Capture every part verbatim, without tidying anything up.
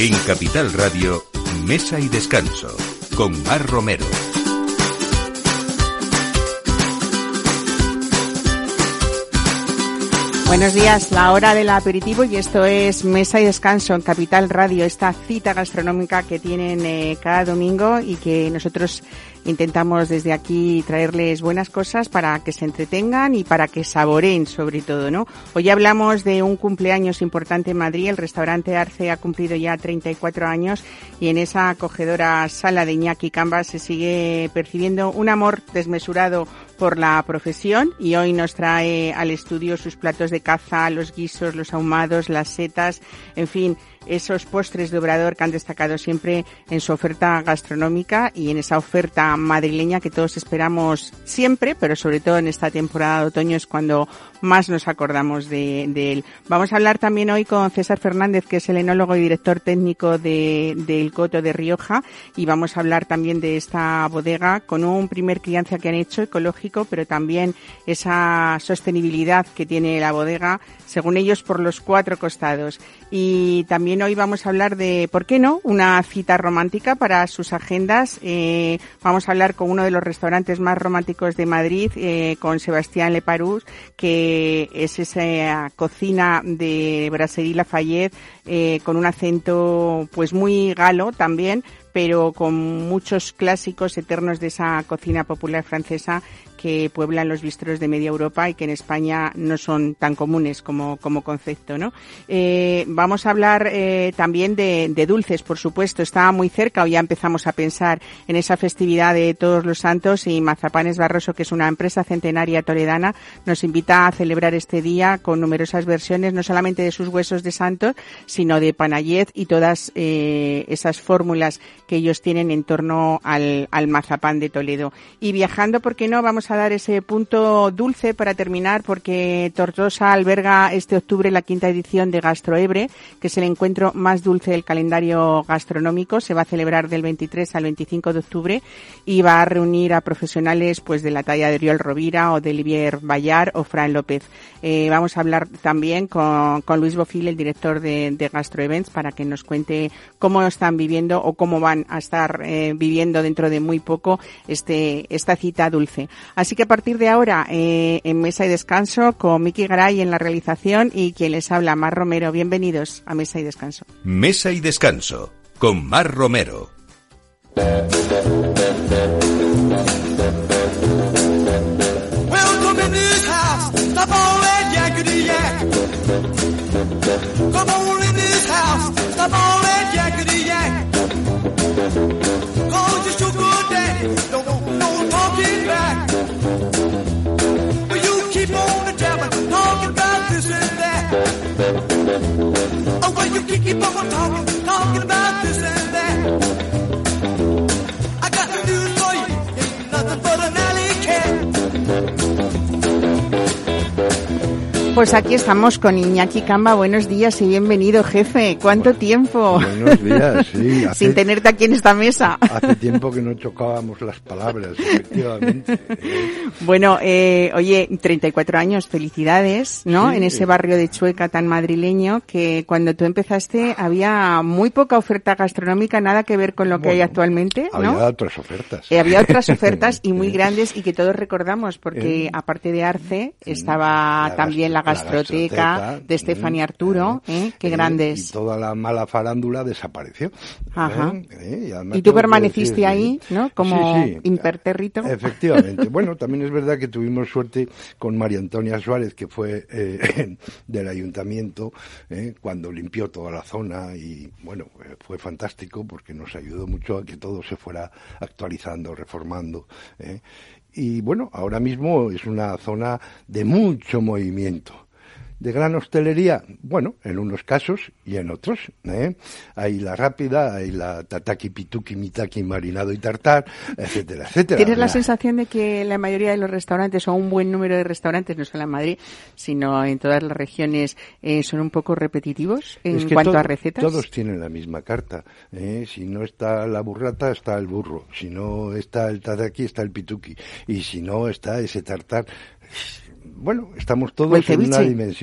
En Capital Radio, Mesa y Descanso, con Mar Romero. Buenos días, la hora del aperitivo y esto es Mesa y Descanso en Capital Radio, esta cita gastronómica que tienen eh, cada domingo y que nosotros intentamos desde aquí traerles buenas cosas para que se entretengan y para que saboreen sobre todo, ¿no? Hoy hablamos de un cumpleaños importante en Madrid. El restaurante Arce ha cumplido ya treinta y cuatro años y en esa acogedora sala de Iñaki Camba se sigue percibiendo un amor desmesurado por la profesión y hoy nos trae al estudio sus platos de caza, los guisos, los ahumados, las setas, en fin, esos postres de Obrador que han destacado siempre en su oferta gastronómica y en esa oferta madrileña que todos esperamos siempre, pero sobre todo en esta temporada de otoño es cuando más nos acordamos de, de él. Vamos a hablar también hoy con César Fernández, que es el enólogo y director técnico de, del Coto de Rioja, y vamos a hablar también de esta bodega con un primer crianza que han hecho ecológico, pero también esa sostenibilidad que tiene la bodega, según ellos, por los cuatro costados. Y también hoy vamos a hablar de, ¿por qué no?, una cita romántica para sus agendas. Eh, vamos a hablar con uno de los restaurantes más románticos de Madrid, eh, con Sebastián Leparus, que es esa cocina de Brasserie Lafayette, eh, con un acento pues muy galo también, pero con muchos clásicos eternos de esa cocina popular francesa que pueblan los bistros de media Europa y que en España no son tan comunes como, como concepto, ¿no? Eh, vamos a hablar eh, también de, de dulces, por supuesto. Está muy cerca, o ya empezamos a pensar en esa festividad de Todos los Santos, y Mazapanes Barroso, que es una empresa centenaria toledana, nos invita a celebrar este día con numerosas versiones, no solamente de sus huesos de santos, sino de panayet y todas eh, esas fórmulas que ellos tienen en torno al, al mazapán de Toledo. Y viajando, ¿por qué no?, vamos a dar ese punto dulce para terminar, porque Tortosa alberga este octubre la quinta edición de Gastroebre, que es el encuentro más dulce del calendario gastronómico. Se va a celebrar del veintitrés al veinticinco de octubre y va a reunir a profesionales pues de la talla de Oriol Rovira o de Olivier Bayar o Fran López. Eh, vamos a hablar también con, con Luis Bofil, el director de, de Gastroevents, para que nos cuente cómo están viviendo o cómo van a estar eh, viviendo dentro de muy poco este esta cita dulce. Así que a partir de ahora, eh, en Mesa y Descanso, con Miki Garay en la realización y quien les habla, Mar Romero. Bienvenidos a Mesa y Descanso. Mesa y Descanso, con Mar Romero. Welcome in this house, stop all that yakety yak. Come on in this house, stop all that yakety yak. Cause you're so good, daddy, don't, don't talk it back. But you keep on jabbing, talking about this and that. Oh, well, you keep on talking, talking about this and that. I got the news for you, ain't nothing but an alley cat. Pues aquí estamos con Iñaki Camba. Buenos días y bienvenido, jefe. ¿Cuánto tiempo? Buenos días, sí. Hace, sin tenerte aquí en esta mesa. Hace tiempo que no chocábamos las palabras, efectivamente. Bueno, eh, oye, treinta y cuatro años, felicidades, ¿no? Sí. En ese barrio de Chueca tan madrileño, que cuando tú empezaste había muy poca oferta gastronómica, nada que ver con lo que bueno, hay actualmente, ¿no? Había otras ofertas. Eh, había otras ofertas y muy grandes y que todos recordamos, porque eh, aparte de Arce estaba la también la gastroteca, la gastroteca de Estefania Arturo, ¿eh? Qué eh, grandes. Y toda la mala farándula desapareció. Ajá. ¿Eh? Y, y tú permaneciste decir, ahí, ¿no? Como sí, sí. impertérrito. Efectivamente. Bueno, también es verdad que tuvimos suerte con María Antonia Suárez, que fue eh, del ayuntamiento, eh, cuando limpió toda la zona y, bueno, eh, fue fantástico porque nos ayudó mucho a que todo se fuera actualizando, reformando, eh. Y bueno, ahora mismo es una zona de mucho movimiento. De gran hostelería, bueno, en unos casos y en otros, ¿eh? Hay la rápida, hay la tataki, pituki, mitaki, marinado y tartar, etcétera, etcétera. ¿Tienes la sensación de que la mayoría de los restaurantes, o un buen número de restaurantes, no solo en Madrid, sino en todas las regiones, eh, son un poco repetitivos en es que cuanto to- a recetas? Todos tienen la misma carta, ¿eh? Si no está la burrata, está el burro. Si no está el tataki, está el pituki. Y si no está ese tartar... Bueno, estamos todos en una dimensión.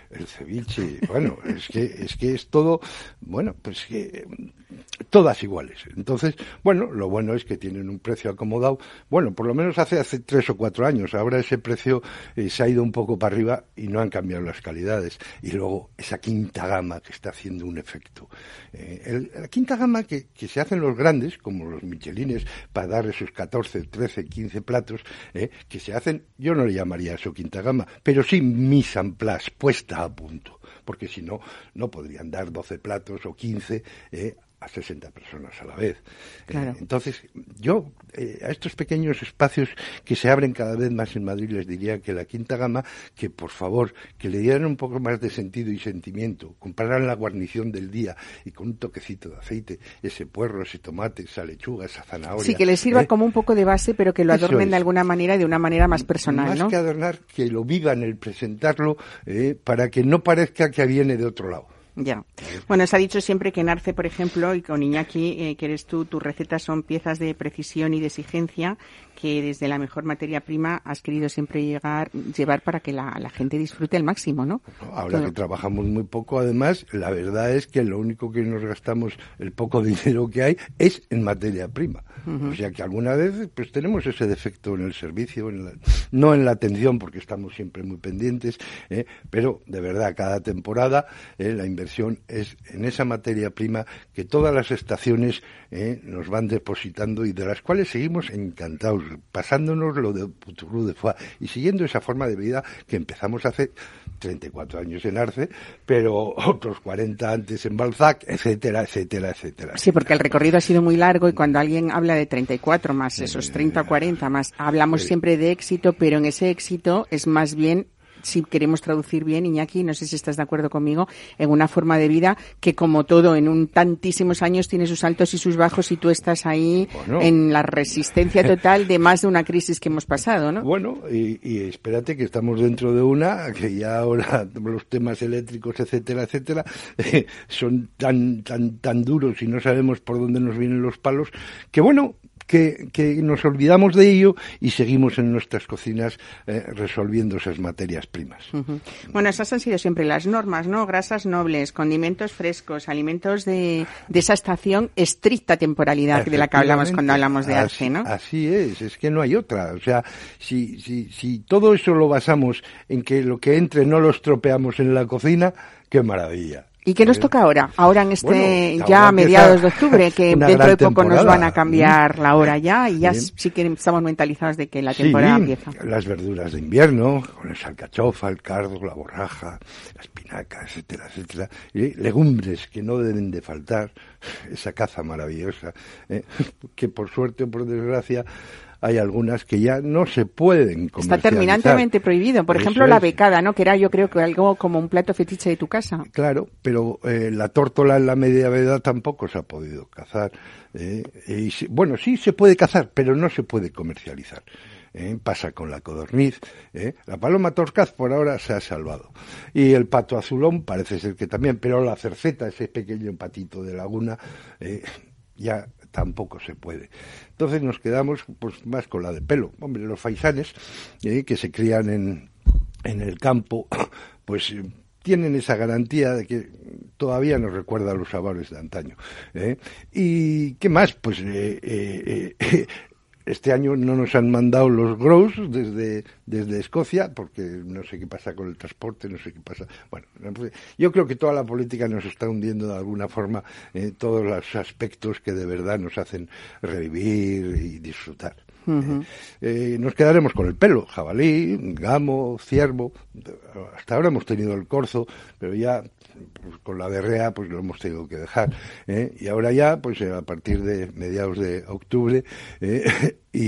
el ceviche, bueno, es que es que es todo, bueno, pues que todas iguales. Entonces, bueno, lo bueno es que tienen un precio acomodado, bueno, por lo menos hace hace tres o cuatro años, ahora ese precio eh, se ha ido un poco para arriba y no han cambiado las calidades. Y luego esa quinta gama que está haciendo un efecto. Eh, el, la quinta gama que, que se hacen los grandes, como los Michelines, para dar esos catorce, trece, quince platos, eh, que se hacen, yo no le llamaría eso quinta gama, pero sí mise en place, puesta a punto, porque si no, no podrían dar doce platos o quince eh, a sesenta personas a la vez. Claro. Eh, entonces, yo eh, a estos pequeños espacios que se abren cada vez más en Madrid les diría que la quinta gama, que por favor, que le dieran un poco más de sentido y sentimiento, compraran la guarnición del día y con un toquecito de aceite, ese puerro, ese tomate, esa lechuga, esa zanahoria. Sí, que les sirva ¿eh? como un poco de base, pero que lo Eso adornen es. de alguna manera y de una manera más personal, Más ¿no? que adornar, que lo vivan, el presentarlo, eh, para que no parezca que viene de otro lado. Ya. Bueno, se ha dicho siempre que en Arce, por ejemplo, y con Iñaki, eh, que eres tú, tus recetas son piezas de precisión y de exigencia que desde la mejor materia prima has querido siempre llegar, llevar para que la, la gente disfrute al máximo, ¿no? Ahora Todo. que trabajamos muy poco, además, la verdad es que lo único que nos gastamos, el poco dinero que hay, es en materia prima. Uh-huh. O sea que alguna vez pues tenemos ese defecto en el servicio, en la, no en la atención, porque estamos siempre muy pendientes, ¿eh? Pero de verdad, cada temporada eh, la inversión es en esa materia prima que todas las estaciones eh, nos van depositando y de las cuales seguimos encantados, pasándonos lo de Puturú de Foix y siguiendo esa forma de vida que empezamos hace treinta y cuatro años en Arce, pero otros cuarenta antes en Balzac, etcétera, etcétera, etcétera. Sí, porque el recorrido ha sido muy largo y cuando alguien habla de treinta y cuatro más esos treinta o cuarenta más, hablamos sí. siempre de éxito, pero en ese éxito es más bien, si queremos traducir bien, Iñaki, no sé si estás de acuerdo conmigo, en una forma de vida que, como todo, en un tantísimos años tiene sus altos y sus bajos y tú estás ahí bueno. en la resistencia total de más de una crisis que hemos pasado, ¿no? Bueno, y, y espérate que estamos dentro de una, que ya ahora los temas eléctricos, etcétera, etcétera, eh, son tan, tan, tan duros y no sabemos por dónde nos vienen los palos, que bueno, Que, que nos olvidamos de ello y seguimos en nuestras cocinas eh, resolviendo esas materias primas. Uh-huh. Bueno, esas han sido siempre las normas, ¿no? Grasas nobles, condimentos frescos, alimentos de, de esa estación, estricta temporalidad de la que hablamos cuando hablamos de así, Arce, ¿no? Así es, es que no hay otra. O sea, si, si, si todo eso lo basamos en que lo que entre no lo estropeamos en la cocina, ¡qué maravilla! ¿Y qué nos toca ahora? Ahora en este, bueno, ya a mediados de octubre, que dentro de poco nos van a cambiar ¿Mm? la hora ya, y ya Bien. sí que estamos mentalizados de que la temporada sí, empieza. Las verduras de invierno, con el alcachofa, el cardo, la borraja, la espinaca, etcétera, etcétera. Y legumbres que no deben de faltar, esa caza maravillosa, ¿eh? que por suerte o por desgracia hay algunas que ya no se pueden comercializar. Está terminantemente prohibido. Por Eso ejemplo, la es. becada, ¿no? Que era, yo creo que algo como un plato fetiche de tu casa. Claro, pero eh, la tórtola en la media edad tampoco se ha podido cazar. Eh, y si, bueno, sí se puede cazar, pero no se puede comercializar. Eh, pasa con la codorniz, eh. La paloma torcaz por ahora se ha salvado. Y el pato azulón parece ser que también, pero la cerceta, ese pequeño patito de laguna, eh, ya tampoco se puede. Entonces nos quedamos pues más con la de pelo. Hombre, los faisanes eh, que se crían en, en el campo, pues eh, tienen esa garantía de que todavía nos recuerda a los sabores de antaño. ¿eh? ¿Y qué más? Pues eh, eh, eh, este año no nos han mandado los grows desde desde Escocia, porque no sé qué pasa con el transporte, no sé qué pasa. Bueno, yo creo que toda la política nos está hundiendo de alguna forma eh, todos los aspectos que de verdad nos hacen revivir y disfrutar. Uh-huh. Eh, eh, nos quedaremos con el pelo, jabalí, gamo, ciervo. Hasta ahora hemos tenido el corzo, pero ya pues, con la berrea pues lo hemos tenido que dejar. ¿eh? Y ahora ya, pues a partir de mediados de octubre eh, y,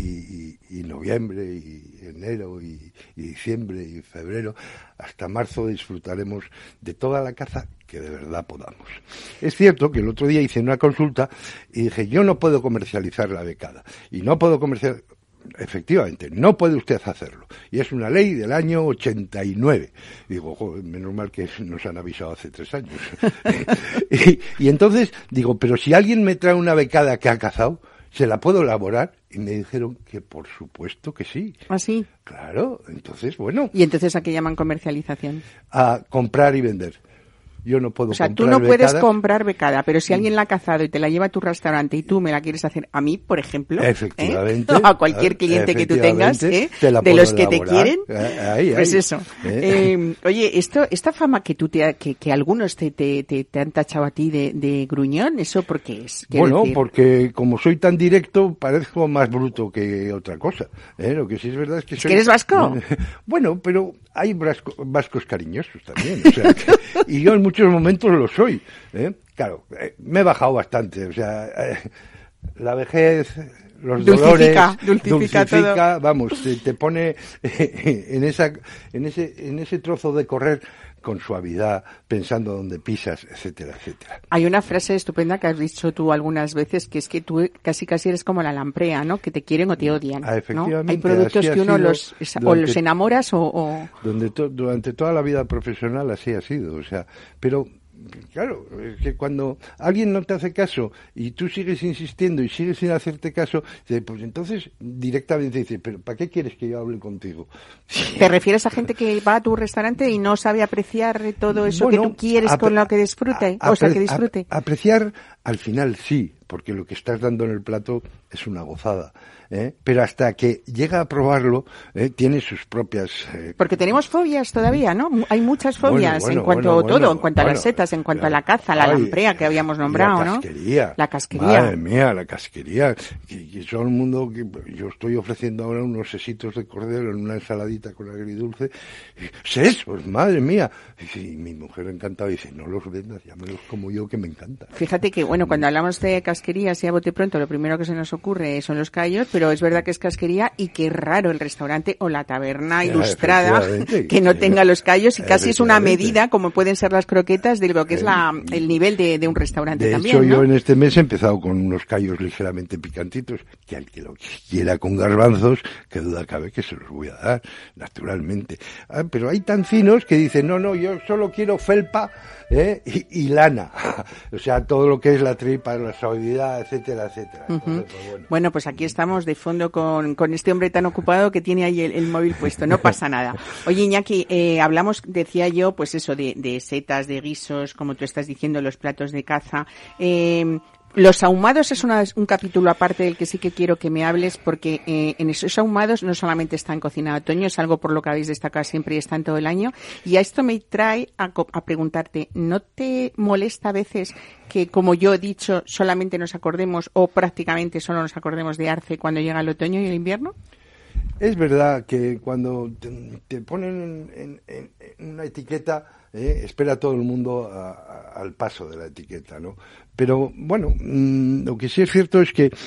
y, y noviembre y enero y, y diciembre y febrero, hasta marzo disfrutaremos de toda la caza que de verdad podamos. Es cierto que el otro día hice una consulta y dije, yo no puedo comercializar la becada y no puedo comercializar. Efectivamente, no puede usted hacerlo. Y es una ley del año ochenta y nueve. Digo, joder, menos mal que nos han avisado hace tres años. y, y entonces digo, pero si alguien me trae una becada que ha cazado, se la puedo elaborar. Y me dijeron que por supuesto que sí. ¿Ah, sí? Claro, entonces, bueno. ¿Y entonces a qué llaman comercialización? A comprar y vender. Yo no puedo comprar becada. O sea, tú no puedes becada. comprar becada, pero si alguien la ha cazado y te la lleva a tu restaurante y tú me la quieres hacer a mí, por ejemplo, efectivamente, ¿eh? o a cualquier cliente que tú tengas, ¿eh? de los que te quieren, ahí, ahí, pues eso. ¿Eh? Eh, oye, esto, esta fama que tú te, que, que algunos te, te, te, te han tachado a ti de, de gruñón, ¿eso por qué es? Bueno, decir? porque como soy tan directo, parezco más bruto que otra cosa. ¿eh? Lo que sí es verdad es que ¿Es soy... que eres vasco? Bueno, pero hay vasco, vascos cariñosos también. O sea, y yo en muchos momentos lo soy. ¿eh? Claro, eh, me he bajado bastante. O sea, eh, la vejez, los dulcifica, dolores, dulcifica, dulcifica todo. Vamos, te, te pone eh, en esa, en ese, en ese trozo de correr con suavidad, pensando dónde pisas, etcétera, etcétera. Hay una frase estupenda que has dicho tú algunas veces, que es que tú casi casi eres como la lamprea, ¿no? Que te quieren o te odian, ah, efectivamente, ¿no? Hay productos que uno los durante, o los enamoras o... o... Donde to, durante toda la vida profesional así ha sido, o sea, pero... Claro, es que cuando alguien no te hace caso y tú sigues insistiendo y sigues sin hacerte caso, pues entonces directamente dice, pero ¿para qué quieres que yo hable contigo? ¿Te refieres a gente que va a tu restaurante y no sabe apreciar todo eso bueno, que tú quieres apre- con lo que disfrute? A, o sea, que disfrute. A, apreciar al final sí, porque lo que estás dando en el plato es una gozada. ¿eh? Pero hasta que llega a probarlo, ¿eh? tiene sus propias... Eh... Porque tenemos fobias todavía, ¿no? Hay muchas fobias bueno, bueno, en cuanto bueno, a todo, bueno, en cuanto bueno, a las setas, en cuanto la, a la caza, la ay, lamprea que habíamos nombrado, la casquería, ¿no? La casquería. Madre mía, la casquería. Y, y todo el mundo, que yo estoy ofreciendo ahora unos sesitos de cordero en una ensaladita con agridulce. ¡Sesos! ¡Madre mía! Y, y mi mujer encantada dice, no los vendas, llámelos como yo, que me encanta. Fíjate que, bueno, cuando hablamos de casquerías y a bote pronto, lo primero que se nos ocurre son los callos, pero es verdad que es casquería y qué raro el restaurante o la taberna ilustrada que no tenga los callos y casi es una medida, como pueden ser las croquetas, de lo que es la, el nivel de, de un restaurante de también, hecho, ¿no? yo en este mes he empezado con unos callos ligeramente picantitos, que al que lo quiera con garbanzos, que duda cabe que se los voy a dar, naturalmente. Ah, pero hay tan finos que dicen, no, no, yo solo quiero felpa ¿eh? y, y lana. O sea, todo lo que es la tripa, la suavidad, etcétera, etcétera. Uh-huh. Entonces, pues, bueno. bueno, pues aquí estamos de fondo con, con este hombre tan ocupado que tiene ahí el, el móvil puesto, no pasa nada. Oye, Iñaki, eh, hablamos, decía yo, pues eso, de, de setas, de guisos, como tú estás diciendo, los platos de caza. Eh, Los ahumados es una, un capítulo aparte del que sí que quiero que me hables, porque eh, en esos ahumados no solamente está en cocina de otoño, es algo por lo que habéis destacado siempre y están todo el año. Y a esto me trae a, a preguntarte, ¿no te molesta a veces que, como yo he dicho, solamente nos acordemos o prácticamente solo nos acordemos de Arce cuando llega el otoño y el invierno? Es verdad que cuando te, te ponen en, en, en una etiqueta, eh, espera todo el mundo a, a, al paso de la etiqueta, ¿no? Pero, bueno, mmm, lo que sí es cierto es que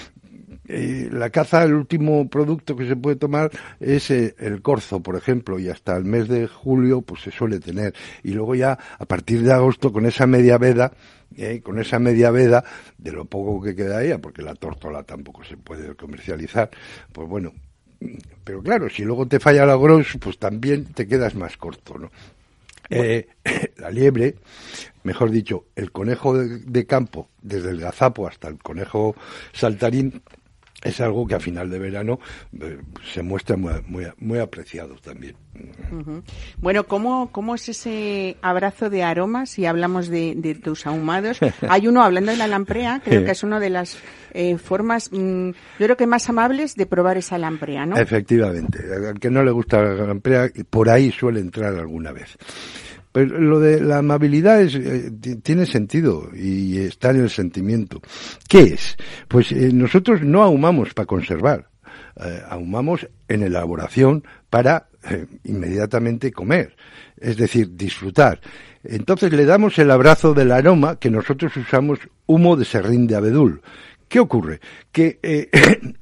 eh, la caza, el último producto que se puede tomar es eh, el corzo, por ejemplo, y hasta el mes de julio pues se suele tener. Y luego ya, a partir de agosto, con esa media veda, eh, con esa media veda, de lo poco que queda ella, porque la tórtola tampoco se puede comercializar, pues bueno. Pero claro, si luego te falla la gros, pues también te quedas más corto, ¿no? Eh, la liebre, mejor dicho, el conejo de, de campo, desde el gazapo hasta el conejo saltarín, es algo que a final de verano eh, se muestra muy, muy, muy apreciado también. Uh-huh. Bueno, ¿cómo, ¿cómo es ese abrazo de aromas si hablamos de, de tus ahumados? Hay uno, hablando de la lamprea, creo que es una de las eh, formas, mmm, yo creo que más amables de probar esa lamprea, ¿no? Efectivamente, al que no le gusta la lamprea, por ahí suele entrar alguna vez. Pero lo de la amabilidad es, eh, tiene sentido y está en el sentimiento. ¿Qué es? Pues eh, nosotros no ahumamos para conservar, eh, ahumamos en elaboración para eh, inmediatamente comer, es decir, disfrutar. Entonces le damos el abrazo del aroma, que nosotros usamos humo de serrín de abedul. ¿Qué ocurre? Que eh,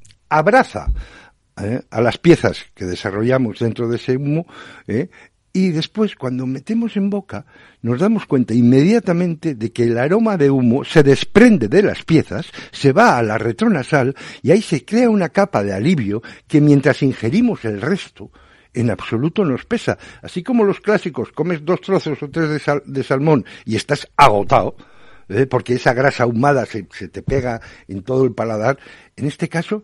abraza eh, a las piezas que desarrollamos dentro de ese humo, eh, y después, cuando metemos en boca, nos damos cuenta inmediatamente de que el aroma de humo se desprende de las piezas, se va a la retronasal y ahí se crea una capa de alivio que mientras ingerimos el resto, en absoluto nos pesa. Así como los clásicos, comes dos trozos o tres de, sal, de salmón y estás agotado, ¿eh? porque esa grasa ahumada se, se te pega en todo el paladar. En este caso,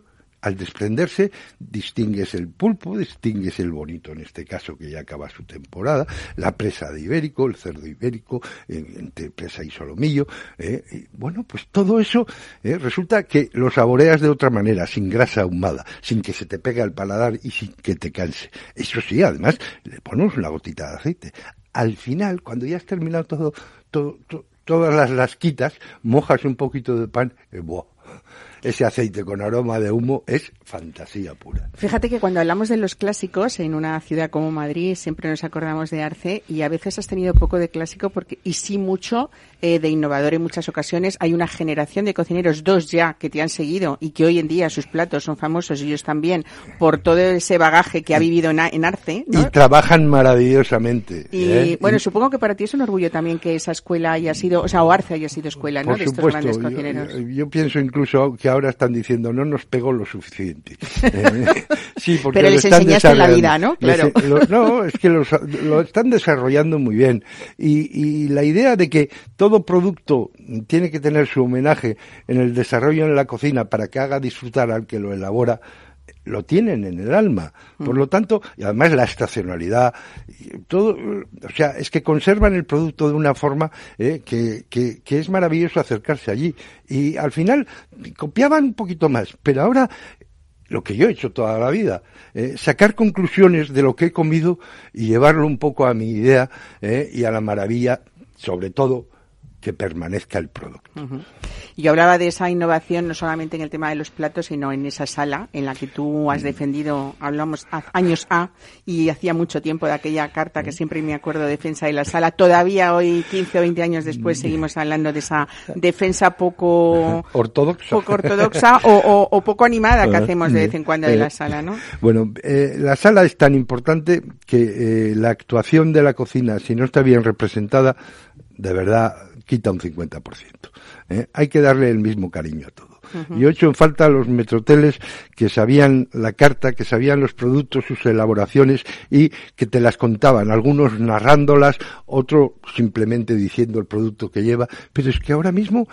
al desprenderse, distingues el pulpo, distingues el bonito, en este caso, que ya acaba su temporada, la presa de ibérico, el cerdo ibérico, eh, entre presa y solomillo, eh, y bueno, pues todo eso eh, resulta que lo saboreas de otra manera, sin grasa ahumada, sin que se te pegue al paladar y sin que te canse. Eso sí, además, le ponemos una gotita de aceite. Al final, cuando ya has terminado todo, todo, todo todas las lasquitas, mojas un poquito de pan, y ¡buah! Ese aceite con aroma de humo es fantasía pura. Fíjate que cuando hablamos de los clásicos en una ciudad como Madrid siempre nos acordamos de Arce y a veces has tenido poco de clásico porque y sí mucho eh, de innovador en muchas ocasiones. Hay una generación de cocineros, dos ya, que te han seguido y que hoy en día sus platos son famosos ellos también por todo ese bagaje que ha vivido en, en Arce, ¿no? Y trabajan maravillosamente. Y ¿eh? bueno, supongo que para ti es un orgullo también que esa escuela haya sido, o sea, o Arce haya sido escuela, ¿no? Por de supuesto, estos grandes cocineros. Yo, yo pienso incluso que ahora están diciendo no nos pegó lo suficiente. Eh, sí, porque pero lo les están enseñaste la vida, ¿no? Les, Claro. lo, no, es que los, lo están desarrollando muy bien. Y, y la idea de que todo producto tiene que tener su homenaje en el desarrollo en la cocina para que haga disfrutar al que lo elabora, lo tienen en el alma. Por lo tanto, y además la estacionalidad, todo, o sea, es que conservan el producto de una forma eh, que, que, que es maravilloso acercarse allí. Y al final copiaban un poquito más, pero ahora lo que yo he hecho toda la vida, eh, sacar conclusiones de lo que he comido y llevarlo un poco a mi idea eh, y a la maravilla, sobre todo, que permanezca el producto. Uh-huh. Yo hablaba de esa innovación no solamente en el tema de los platos, sino en esa sala en la que tú has defendido, hablamos años A, y hacía mucho tiempo de aquella carta que siempre me acuerdo, defensa de la sala. Todavía hoy, quince o veinte años después, seguimos hablando de esa defensa poco ortodoxa, poco ortodoxa o, o, o poco animada que hacemos de vez en cuando de la sala, ¿no? Bueno, eh, la sala es tan importante que eh, la actuación de la cocina, si no está bien representada, de verdad quita un cincuenta por ciento. ¿eh? Hay que darle el mismo cariño a todo. Uh-huh. Yo he hecho en falta a los metroteles que sabían la carta, que sabían los productos, sus elaboraciones y que te las contaban, algunos narrándolas, otros simplemente diciendo el producto que lleva, pero es que ahora mismo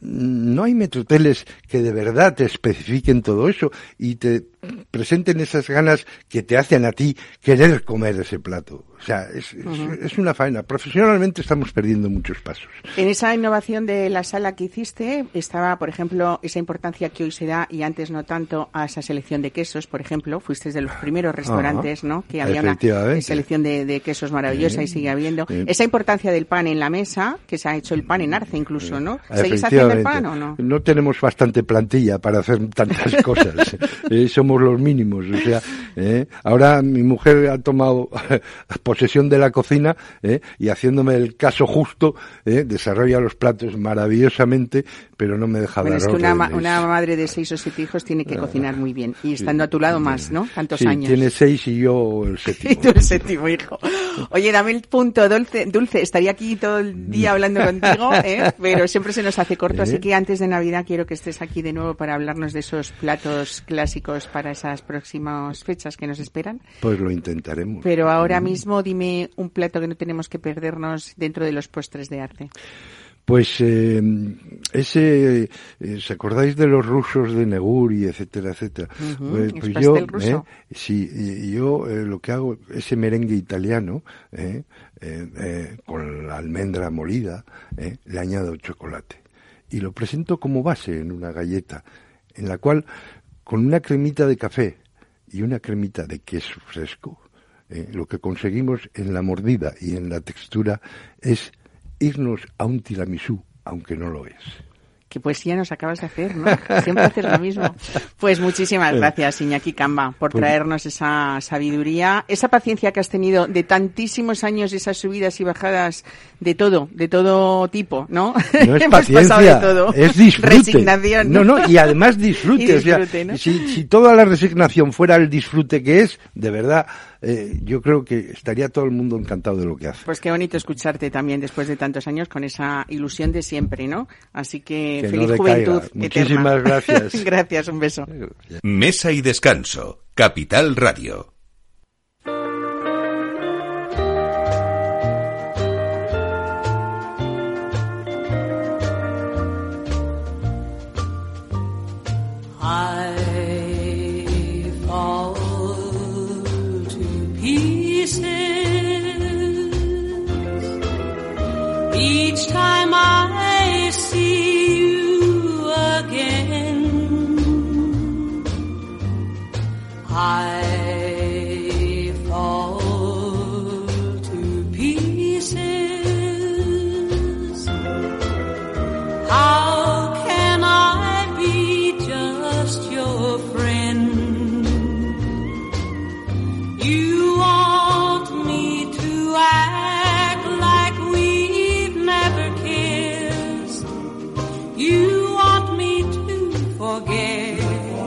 no hay metroteles que de verdad te especifiquen todo eso y te presenten esas ganas que te hacen a ti querer comer ese plato. O sea, es, uh-huh. es, es una faena. Profesionalmente estamos perdiendo muchos pasos. En esa innovación de la sala que hiciste estaba, por ejemplo, esa importancia que hoy se da y antes no tanto a esa selección de quesos, por ejemplo. Fuiste de los primeros restaurantes, uh-huh. ¿no? Que había una selección de, de quesos maravillosa, sí, y sigue habiendo. Sí. Esa importancia del pan en la mesa, que se ha hecho el pan en Arce incluso, ¿no? ¿Seguís haciendo el pan o no? No tenemos bastante plantilla para hacer tantas cosas. eh, somos los mínimos. O sea, eh, ahora mi mujer ha tomado posesión de la cocina eh, y haciéndome el caso justo, eh, desarrolla los platos maravillosamente, pero no me deja bueno, dar es que una, órdenes. una madre de seis o siete hijos tiene que cocinar muy bien y estando a tu lado más, ¿no? Tantos sí, años. Tiene seis y yo el séptimo. Y tú el séptimo hijo. Oye, dame el punto dulce. Dulce, estaría aquí todo el día hablando contigo, ¿eh? Pero siempre se nos hace corto, ¿Eh? Así que antes de Navidad quiero que estés aquí de nuevo para hablarnos de esos platos clásicos para esas próximas fechas que nos esperan. Pues lo intentaremos. Pero ahora mismo dime un plato que no tenemos que perdernos dentro de los postres de Arce. Pues eh, ese, eh, ¿os acordáis de los rusos de Neguri, etcétera, etcétera? Uh-huh, pues, pues pastel yo, ruso. Eh, sí, y yo eh, lo que hago, ese merengue italiano, eh, eh, eh, con la almendra molida, eh, le añado chocolate. Y lo presento como base en una galleta, en la cual, con una cremita de café y una cremita de queso fresco, eh, lo que conseguimos en la mordida y en la textura es irnos a un tiramisú, aunque no lo es. Qué poesía nos acabas de hacer, ¿no? Siempre haces lo mismo. Pues muchísimas gracias, Iñaki Camba, por traernos esa sabiduría, esa paciencia que has tenido de tantísimos años, esas subidas y bajadas de todo, de todo tipo, ¿no? No es paciencia, de todo. Es disfrute. Resignación. No, no, y además disfrute. Y disfrute, o sea, ¿no? si, si toda la resignación fuera el disfrute que es, de verdad, eh, yo creo que estaría todo el mundo encantado de lo que hace. Pues qué bonito escucharte también después de tantos años con esa ilusión de siempre, ¿no? Así que, que feliz no juventud eterna. Muchísimas gracias. Gracias, un beso. Mesa y descanso, Capital Radio. I I fall to pieces. How can I be just your friend? You want me to act like we've never kissed. You want me to forget,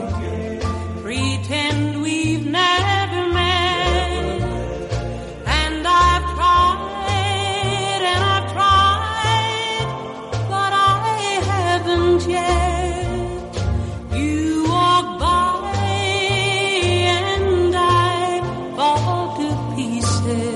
pretend we've never met. And I've tried and I've tried, but I haven't yet. You walk by and I fall to pieces.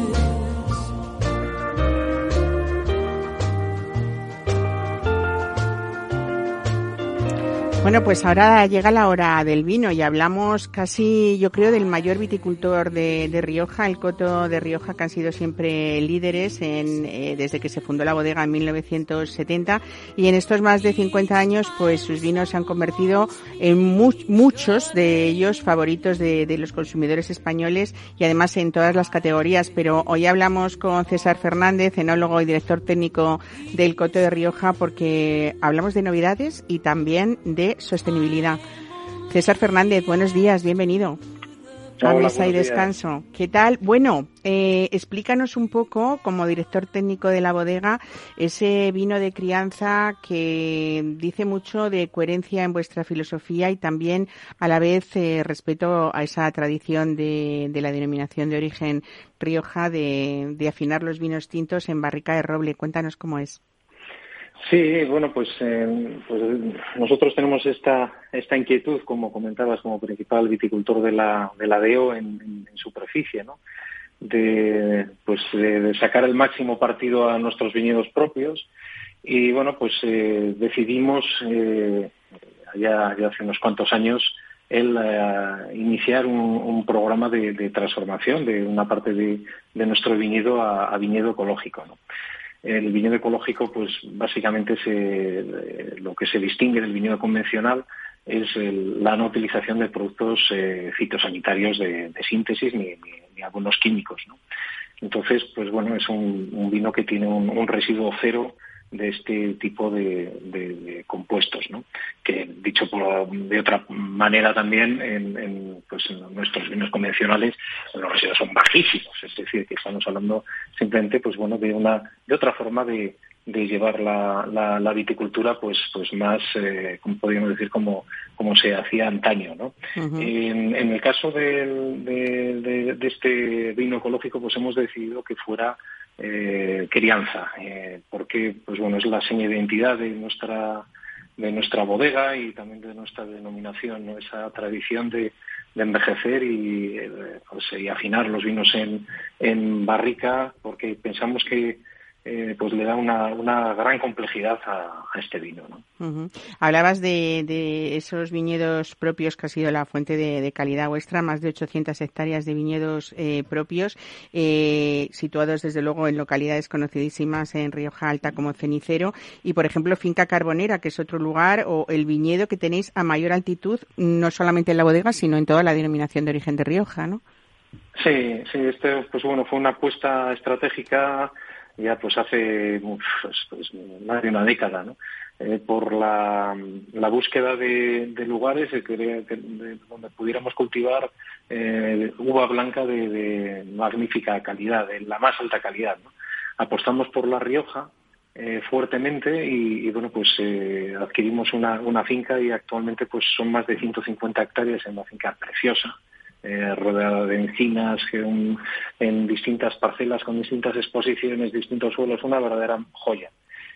Bueno, pues ahora llega la hora del vino y hablamos casi, yo creo, del mayor viticultor de, de Rioja, el Coto de Rioja, que han sido siempre líderes en, eh, desde que se fundó la bodega en mil novecientos setenta, y en estos más de cincuenta años, pues sus vinos se han convertido en mu- muchos de ellos favoritos de, de los consumidores españoles, y además en todas las categorías. Pero hoy hablamos con César Fernández, enólogo y director técnico del Coto de Rioja, porque hablamos de novedades y también de sostenibilidad. César Fernández, buenos días, bienvenido a Hola, Mesa y buenos Descanso. Días. ¿Qué tal? Bueno, eh, explícanos un poco, como director técnico de la bodega, ese vino de crianza que dice mucho de coherencia en vuestra filosofía y también a la vez eh, respeto a esa tradición de, de la denominación de origen Rioja de, de afinar los vinos tintos en barrica de roble. Cuéntanos cómo es. Sí, bueno, pues, eh, pues nosotros tenemos esta esta inquietud, como comentabas, como principal viticultor de la de la D E O en, en, en superficie, ¿no? De pues de, de sacar el máximo partido a nuestros viñedos propios y bueno, pues eh, decidimos eh, ya, ya hace unos cuantos años el uh, iniciar un, un programa de, de transformación de una parte de, de nuestro viñedo a, a viñedo ecológico, ¿no? El viñedo ecológico, pues básicamente se, lo que se distingue del viñedo convencional es el, la no utilización de productos eh, fitosanitarios de, de síntesis ni, ni, ni algunos químicos, ¿no? Entonces, pues bueno, es un, un vino que tiene un, un residuo cero de este tipo de, de, de compuestos, ¿no? Que, dicho por, de otra manera también, en, en, pues en nuestros vinos convencionales los residuos son bajísimos, es decir, que estamos hablando simplemente, pues bueno, de una de otra forma de, de llevar la, la, la viticultura, pues pues más, eh, como podríamos decir, como como se hacía antaño, ¿no? Uh-huh. En, en el caso de, de, de, de este vino ecológico, pues hemos decidido que fuera Eh, crianza, eh, porque pues bueno, es la seña de identidad de nuestra de nuestra bodega y también de nuestra denominación, ¿no? Esa tradición de, de envejecer y, eh, pues, y afinar los vinos en, en barrica, porque pensamos que eh, pues le da una, una gran complejidad a, a este vino, ¿no? Uh-huh. Hablabas de, de esos viñedos propios que ha sido la fuente de, de calidad vuestra, más de ochocientas hectáreas de viñedos eh, propios, eh, situados desde luego en localidades conocidísimas en Rioja Alta como Cenicero y, por ejemplo, Finca Carbonera, que es otro lugar, o el viñedo que tenéis a mayor altitud, no solamente en la bodega, sino en toda la denominación de origen de Rioja, ¿no? Sí, sí, este, pues bueno, fue una apuesta estratégica ya pues hace pues, pues, más de una década, ¿no? Eh, por la, la búsqueda de, de lugares de, de, de, donde pudiéramos cultivar eh, uva blanca de, de magnífica calidad, de la más alta calidad, ¿no? Apostamos por La Rioja eh, fuertemente y, y bueno, pues eh, adquirimos una, una finca y actualmente pues son más de ciento cincuenta hectáreas en una finca preciosa, Eh, rodeada de encinas, que un, en distintas parcelas con distintas exposiciones, distintos suelos, una verdadera joya.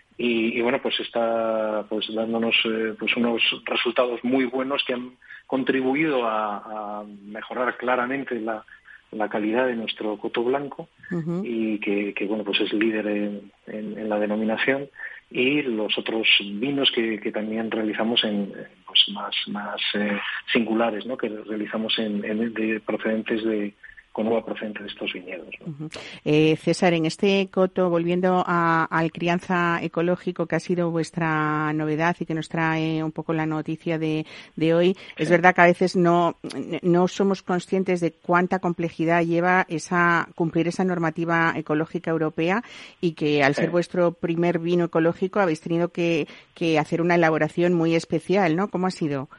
Y, y bueno, pues está pues dándonos eh, pues unos resultados muy buenos que han contribuido a, a mejorar claramente la, la calidad de nuestro coto blanco, uh-huh. y que, que bueno pues es líder en, en, en la denominación, y los otros vinos que, que también realizamos en pues más más eh, singulares, ¿no? Que realizamos en, en de procedentes de con uva procedente de estos viñedos, ¿no? Uh-huh. Eh, César, en este coto, volviendo a, al crianza ecológico, que ha sido vuestra novedad y que nos trae un poco la noticia de, de hoy, sí. Es verdad que a veces no, no somos conscientes de cuánta complejidad lleva esa cumplir esa normativa ecológica europea y que al sí. ser vuestro primer vino ecológico habéis tenido que, que hacer una elaboración muy especial, ¿no? ¿Cómo ha sido?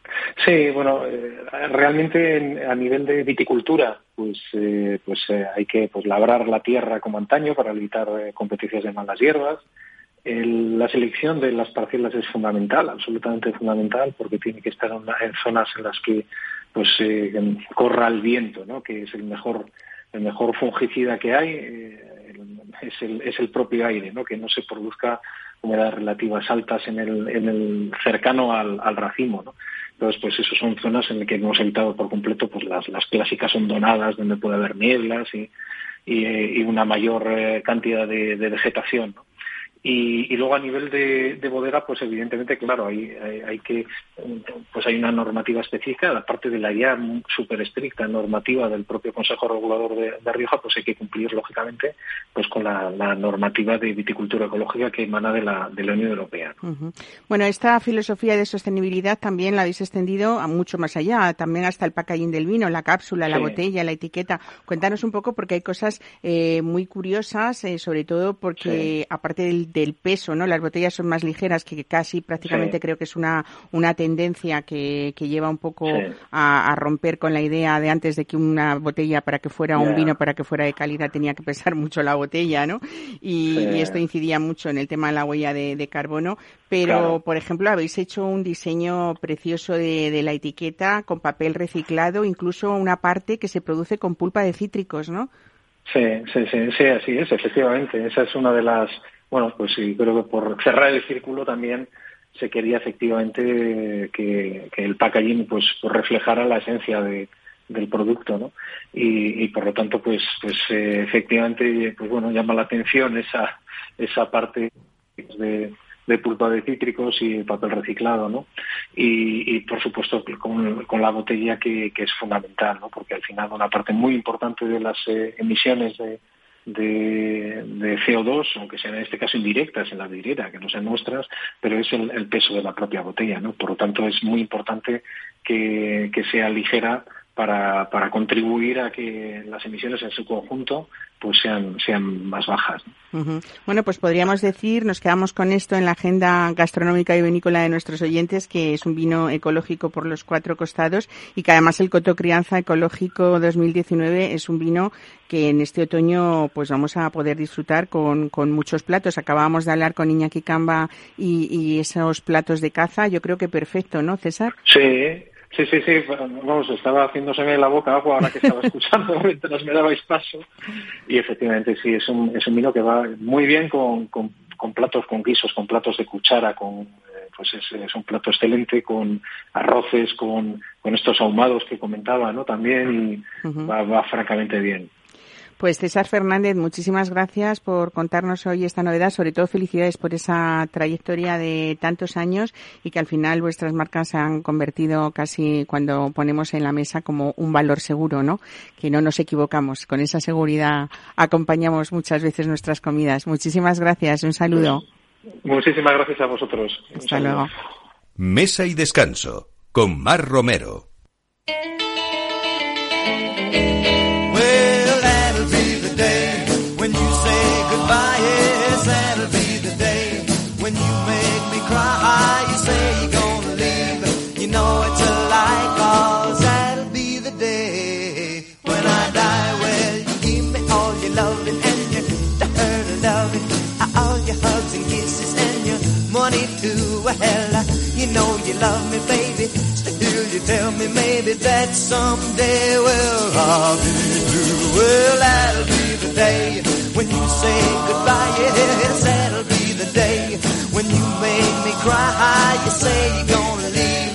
Sí, bueno, eh, realmente en, a nivel de viticultura, pues eh, pues eh, hay que pues labrar la tierra como antaño para evitar eh, competiciones de malas hierbas. El, la selección de las parcelas es fundamental, absolutamente fundamental, porque tiene que estar en, en zonas en las que pues eh, corra el viento, ¿no? Que es el mejor el mejor fungicida que hay, eh, es el es el propio aire, ¿no? Que no se produzca humedades relativas altas en el en el cercano al, al racimo, ¿no? Entonces, pues esas son zonas en las que hemos evitado por completo pues las, las clásicas hondonadas donde puede haber nieblas y, y, y una mayor eh, cantidad de, de vegetación, ¿no? Y, y luego a nivel de, de bodega, pues evidentemente, claro, hay, hay, hay que, pues hay una normativa específica, aparte de la ya súper estricta normativa del propio Consejo Regulador de, de Rioja, pues hay que cumplir, lógicamente, pues con la, la normativa de viticultura ecológica que emana de la, de la Unión Europea, ¿no? Uh-huh. Bueno, esta filosofía de sostenibilidad también la habéis extendido a mucho más allá, también hasta el packaging del vino, la cápsula, sí. la botella, la etiqueta. Cuéntanos un poco, porque hay cosas eh, muy curiosas, eh, sobre todo porque, sí. aparte del del peso, ¿no? Las botellas son más ligeras, que casi prácticamente sí. creo que es una una tendencia que, que lleva un poco sí. a, a romper con la idea de antes de que una botella para que fuera yeah. un vino, para que fuera de calidad, tenía que pesar mucho la botella, ¿no? Y, sí. y esto incidía mucho en el tema de la huella de, de carbono. Pero, claro. por ejemplo, habéis hecho un diseño precioso de, de la etiqueta con papel reciclado, incluso una parte que se produce con pulpa de cítricos, ¿no? Sí, sí, sí, sí, así es, efectivamente. Esa es una de las... Bueno, pues sí, creo que por cerrar el círculo también se quería efectivamente que, que el packaging pues, pues reflejara la esencia de, del producto, ¿no? Y, y por lo tanto, pues, pues eh, efectivamente, pues bueno, llama la atención esa esa parte de, de pulpa de cítricos y papel reciclado, ¿no? Y, y por supuesto con, con la botella que, que es fundamental, ¿no? Porque al final una parte muy importante de las eh, emisiones de De, de C O dos, aunque sean en este caso indirectas en la vidriera, que no sean nuestras, pero es el, el peso de la propia botella, ¿no? Por lo tanto, es muy importante que, que sea ligera para, para contribuir a que las emisiones en su conjunto pues sean sean más bajas. Uh-huh. Bueno, pues podríamos decir, nos quedamos con esto en la agenda gastronómica y vinícola de nuestros oyentes, que es un vino ecológico por los cuatro costados y que además el Coto Crianza Ecológico dos mil diecinueve es un vino que en este otoño pues vamos a poder disfrutar con, con muchos platos. Acabábamos de hablar con Iñaki Camba y, y esos platos de caza, yo creo que perfecto, ¿no, César? Sí. Sí, sí, sí, vamos, estaba haciéndoseme la boca agua ahora que estaba escuchando mientras me dabais paso y efectivamente sí, es un es un vino que va muy bien con, con, con platos, con guisos, con platos de cuchara, con pues es, es un plato excelente con arroces, con, con estos ahumados que comentaba, ¿no? También y uh-huh. va, va francamente bien. Pues César Fernández, muchísimas gracias por contarnos hoy esta novedad, sobre todo felicidades por esa trayectoria de tantos años y que al final vuestras marcas se han convertido casi cuando ponemos en la mesa como un valor seguro, ¿no? Que no nos equivocamos, con esa seguridad acompañamos muchas veces nuestras comidas. Muchísimas gracias, un saludo. Muchísimas gracias a vosotros. Hasta luego. Mesa y descanso con Mar Romero. Well, you know you love me, baby. Still you tell me maybe that someday, well, I'll be through. Well, that'll be the day when you say goodbye. Yes, that'll be the day when you make me cry. You say you're gonna leave.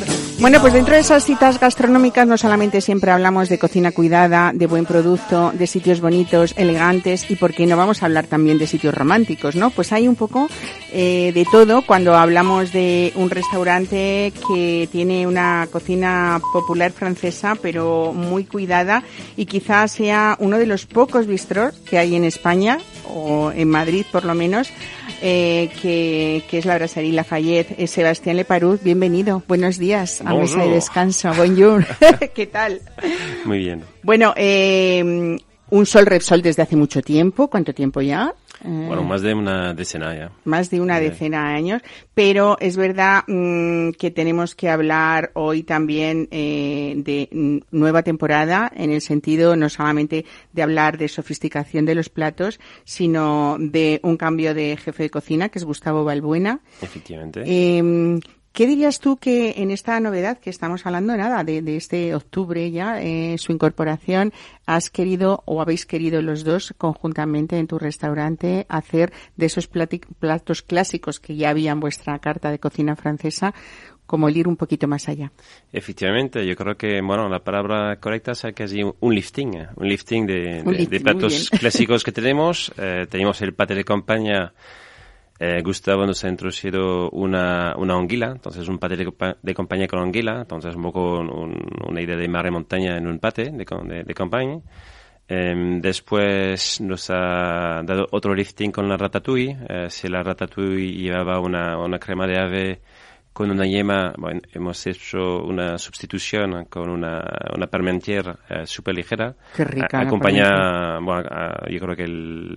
Bueno, pues dentro de esas citas gastronómicas no solamente siempre hablamos de cocina cuidada, de buen producto, de sitios bonitos, elegantes y por qué no vamos a hablar también de sitios románticos, ¿no? Pues hay un poco eh, de todo cuando hablamos de un restaurante que tiene una cocina popular francesa pero muy cuidada y quizás sea uno de los pocos bistrós que hay en España o en Madrid por lo menos, eh, que, que es la Brasserie Lafayette. Eh, Sebastián Leparuz, bienvenido. Buenos días a Bonjour. Mesa de Descanso. Bonjour. ¿Qué tal? Muy bien. Bueno, eh, un Sol Repsol desde hace mucho tiempo. ¿Cuánto tiempo ya? Eh, Bueno, más de una decena ya. Más de una Sí. decena de años, pero es verdad mmm, que tenemos que hablar hoy también eh, de mm, nueva temporada, en el sentido no solamente de hablar de sofisticación de los platos, sino de un cambio de jefe de cocina, que es Gustavo Balbuena. Efectivamente. Eh, ¿Qué dirías tú que en esta novedad que estamos hablando, nada, de, de este octubre ya, eh, su incorporación, has querido o habéis querido los dos conjuntamente en tu restaurante hacer de esos plati- platos clásicos que ya había en vuestra carta de cocina francesa, como el ir un poquito más allá? Efectivamente, yo creo que, bueno, la palabra correcta es casi un, un lifting, eh, un lifting de, Un de, lifting, de platos muy bien. clásicos que tenemos. Eh, tenemos el paté de campaña. Eh, Gustavo nos ha introducido una, una anguila, entonces un paté de, compa- de campaña con anguila, entonces un poco un, un, una idea de mar y montaña en un paté de, de, de campaña. Eh, después nos ha dado otro lifting con la ratatouille. Eh, si la ratatouille llevaba una, una crema de ave con una yema, bueno, hemos hecho una sustitución con una, una parmentier eh, súper ligera. Qué rica A- la acompaña, bueno, a- yo creo que el,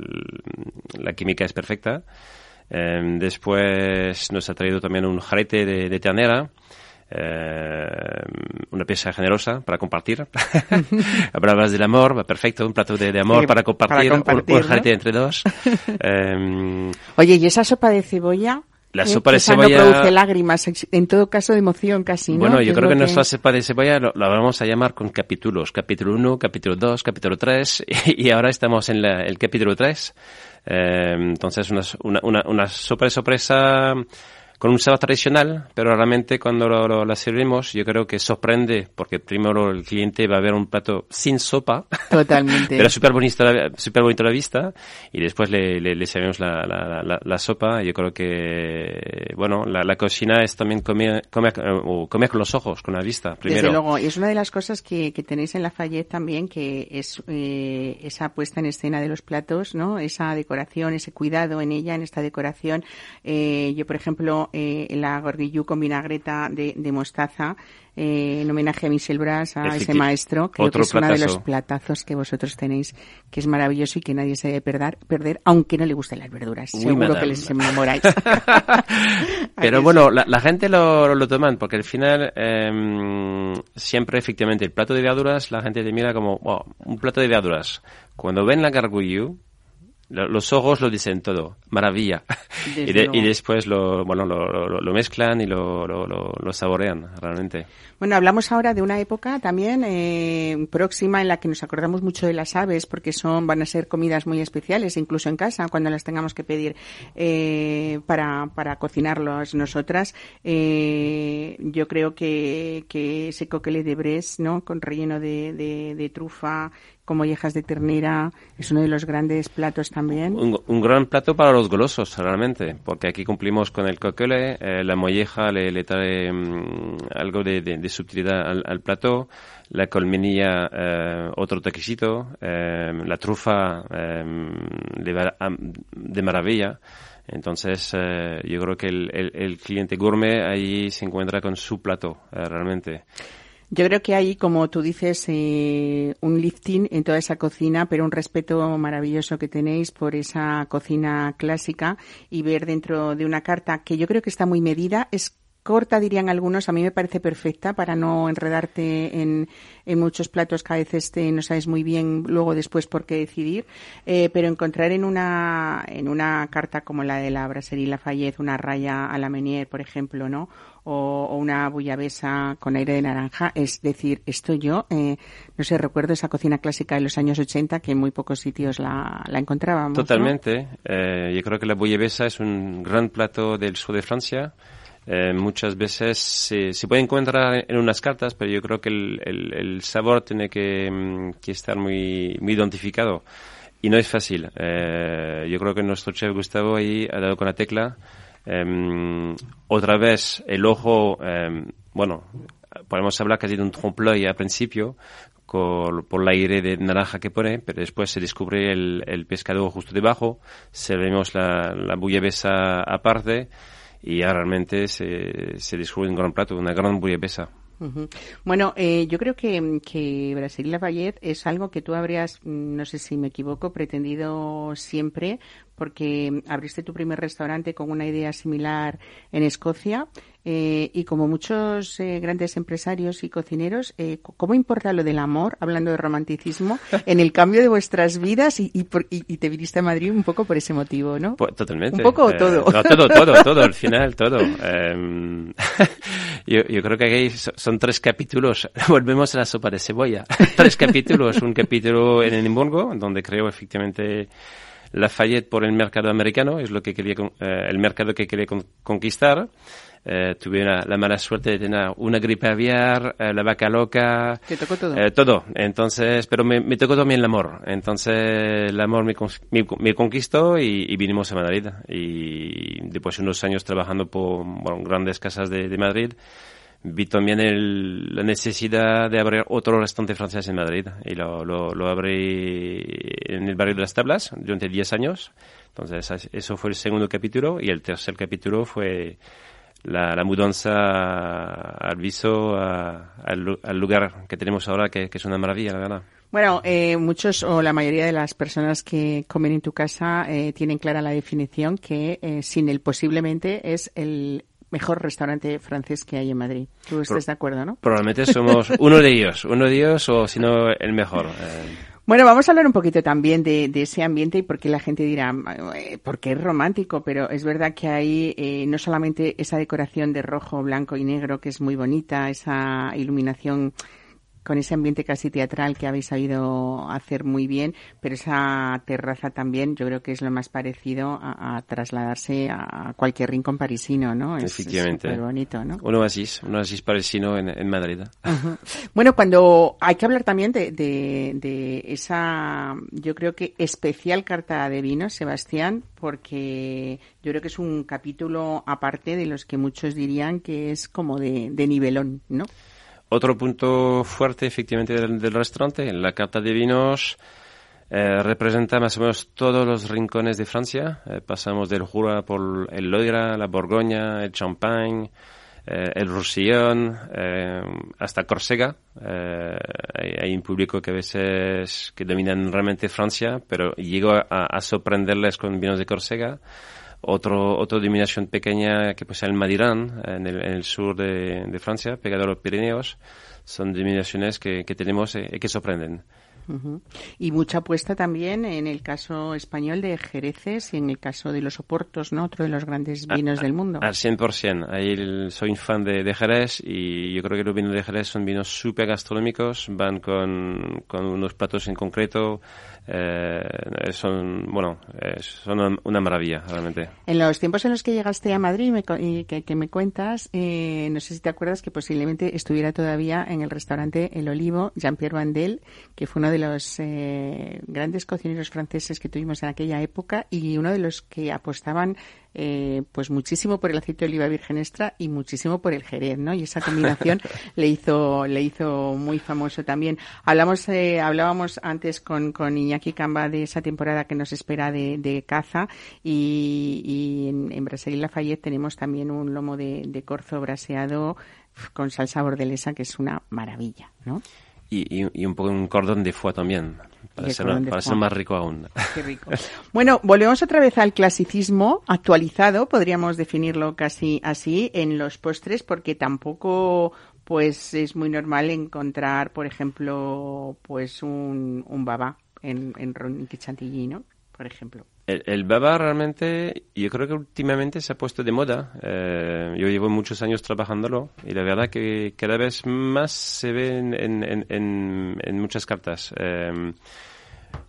la química es perfecta. Eh, después nos ha traído también un jarrete de, de ternera. Eh, una pieza generosa para compartir. Hablabas del amor, perfecto, un plato de, de amor Sí, para compartir, para compartir, un, un jarrete ¿no? entre dos. Eh, Oye, ¿y esa sopa de cebolla? La Eh, sopa que de esa cebolla- no produce lágrimas, ex- en todo caso de emoción casi, ¿no? Bueno, Que yo es creo lo que nuestra sopa de cebolla lo, lo vamos a llamar con capítulos. Capítulo uno, capítulo dos, capítulo tres y, y ahora estamos en la- el capítulo tres. Eh, entonces, una, una, una, una sopa de sorpresa con un sabor tradicional, pero realmente cuando lo, lo- la servimos yo creo que sorprende, porque primero el cliente va a ver un plato sin sopa, Totalmente. pero súper bonito, a la- súper bonito a la vista, y después le, le, le servimos la, la, la, la sopa. Yo creo que, bueno, la, la cocina es también comer, comer, eh, o comer con los ojos, con la vista, primero. Desde luego, y es una de las cosas que, que tenéis en Lafayette también, que es eh, esa puesta en escena de los platos, ¿no? Esa decoración, ese cuidado en ella, en esta decoración. Eh, yo, por ejemplo, eh, la gorguillú con vinagreta de, de mostaza, eh, en homenaje a Michel Bras, a ese Efecti- maestro, creo otro que es uno de los platazo. platazos que vosotros tenéis, que es maravilloso y que nadie se debe perder, perder aunque no le gusten las verduras. Uy, Seguro madame. que les enamoráis. Pero bueno, la, la gente lo, lo, lo toman, porque al final eh, siempre efectivamente el plato de verduras, la gente te mira como, wow, un plato de verduras. Cuando ven la gargouille, lo- los ojos lo dicen todo, maravilla. Desde Y, de- luego. y después lo, bueno, lo, lo, lo mezclan y lo, lo, lo, lo saborean, realmente. Bueno, hablamos ahora de una época también eh, próxima en la que nos acordamos mucho de las aves porque son van a ser comidas muy especiales, incluso en casa, cuando las tengamos que pedir eh, para, para cocinarlas nosotras. Eh, yo creo que, que ese coquelet de Bresse, ¿no? Con relleno de, de, de trufa, con mollejas de ternera, es uno de los grandes platos también. Un, un gran plato para los golosos, realmente, porque aquí cumplimos con el coquele, eh, la molleja le, le trae mm, algo de, de, de sutilidad al, al plato, la colmenilla eh, otro toquecito, eh, la trufa eh, de, mar- am- de maravilla. Entonces, eh, yo creo que el, el, el cliente gourmet ahí se encuentra con su plato, eh, realmente. Yo creo que hay, como tú dices, eh, un lifting en toda esa cocina, pero un respeto maravilloso que tenéis por esa cocina clásica y ver dentro de una carta que yo creo que está muy medida. Es corta, dirían algunos, a mí me parece perfecta para no enredarte en, en muchos platos que a veces te, no sabes muy bien luego después por qué decidir, eh, pero encontrar en una en una carta como la de la Brasserie Lafayette una raya a la Meunier, por ejemplo, ¿no? O, o una bullabesa con aire de naranja, es decir, esto yo, eh, no sé, recuerdo esa cocina clásica de los años ochenta que en muy pocos sitios la, la encontrábamos, ¿no? Totalmente. Eh, yo creo que la bouillabaisse es un gran plato del sur de Francia. Eh, muchas veces se, se puede encontrar en unas cartas, pero yo creo que el, el, el sabor tiene que, que estar muy, muy identificado. Y no es fácil. Eh, yo creo que nuestro chef Gustavo ahí ha dado con la tecla. Eh, otra vez, el ojo, eh, bueno, podemos hablar casi de un trompe-l'œil al principio, por, por el aire de naranja que pone, pero después se descubre el, el pescado justo debajo, servimos la, la bouillabaisse aparte, y ya realmente se, se descubre un gran plato, una gran bouillabaisse. Uh-huh. Bueno, eh, yo creo que, que Brasserie Lafayette es algo que tú habrías, no sé si me equivoco, pretendido siempre, porque abriste tu primer restaurante con una idea similar en Escocia, eh, y como muchos eh, grandes empresarios y cocineros, eh, ¿cómo importa lo del amor, hablando de romanticismo, en el cambio de vuestras vidas? Y, y, por, y, y te viniste a Madrid un poco por ese motivo, ¿no? Pues, totalmente. ¿Un poco o eh, todo? No, todo, todo, todo, al final, todo. Eh, yo, yo creo que aquí son tres capítulos. Volvemos a la sopa de cebolla. Tres capítulos. Un capítulo en Edimburgo, donde creo efectivamente Lafayette por el mercado americano, es lo que quería, eh, el mercado que quería con, conquistar. Eh, tuve una, la mala suerte de tener una gripe aviar, eh, la vaca loca. ¿Te tocó todo? Eh, todo. Entonces, pero me, me tocó también el amor. Entonces, el amor me, me, me conquistó y, y vinimos a Madrid. Y después de unos años trabajando por, bueno, grandes casas de, de Madrid, vi también el, la necesidad de abrir otro restaurante francés en Madrid. Y lo, lo, lo abrí en el barrio de las Tablas durante diez años. Entonces, eso fue el segundo capítulo. Y el tercer capítulo fue la, la mudanza al viso, a, al, al lugar que tenemos ahora, que, que es una maravilla, la verdad. Bueno, eh, muchos o la mayoría de las personas que comen en tu casa eh, tienen clara la definición que eh, sin el posiblemente es el mejor restaurante francés que hay en Madrid. Tú estás de acuerdo, ¿no? Probablemente somos uno de ellos, uno de ellos o si no el mejor. Eh. Bueno, vamos a hablar un poquito también de, de ese ambiente y por qué la gente dirá, eh, porque es romántico, pero es verdad que hay eh, no solamente esa decoración de rojo, blanco y negro que es muy bonita, esa iluminación con ese ambiente casi teatral que habéis sabido hacer muy bien, pero esa terraza también yo creo que es lo más parecido a, a trasladarse a cualquier rincón parisino, ¿no? Es, efectivamente. Es súper bonito, ¿no? Un oasis, un oasis parisino en, en Madrid. Uh-huh. Bueno, cuando hay que hablar también de, de, de esa, yo creo que especial carta de vinos, Sebastián, porque yo creo que es un capítulo aparte de los que muchos dirían que es como de, de nivelón, ¿no? Otro punto fuerte, efectivamente, del, del restaurante, la carta de vinos eh, representa más o menos todos los rincones de Francia. Eh, pasamos del Jura por el Loira, la Borgoña, el Champagne, eh, el Roussillon, eh, hasta Córcega. Eh, hay, hay un público que a veces que dominan realmente Francia, pero llego a, a sorprenderles con vinos de Córcega. Otro, otra denominación pequeña que pues el Madirán, en el, en el sur de, de Francia, pegado a los Pirineos, son denominaciones que, que tenemos y que sorprenden. Uh-huh. Y mucha apuesta también en el caso español de Jereces y en el caso de los Oportos, ¿no? Otro de los grandes vinos a, del mundo. Al cien por ciento. Ahí el, soy un fan de, de Jerez y yo creo que los vinos de Jerez son vinos súper gastronómicos, van con, con unos platos en concreto. Eh, son, bueno, eh, son una maravilla, realmente. En los tiempos en los que llegaste a Madrid me, y que, que me cuentas, eh, no sé si te acuerdas que posiblemente estuviera todavía en el restaurante El Olivo, Jean-Pierre Vandel, que fue uno de los eh, grandes cocineros franceses que tuvimos en aquella época y uno de los que apostaban eh, pues muchísimo por el aceite de oliva virgen extra y muchísimo por el Jerez, ¿no? Y esa combinación le hizo le hizo muy famoso también. Hablamos eh, hablábamos antes con con Iñaki Camba de esa temporada que nos espera de, de caza y, y en, en Brasserie Lafayette tenemos también un lomo de, de corzo braseado con salsa bordelesa que es una maravilla, ¿no? Y, y, y un poco un cordón de foie también, para, ser, para ser más rico aún. Qué rico. Bueno, volvemos otra vez al clasicismo actualizado, podríamos definirlo casi así, en los postres, porque tampoco pues es muy normal encontrar, por ejemplo, pues un, un baba en, en Ronique Chantilly, ¿no? Por ejemplo. El, el baba realmente, yo creo que últimamente se ha puesto de moda. Eh, yo llevo muchos años trabajándolo y la verdad que cada vez más se ve en, en, en, en muchas cartas. Eh,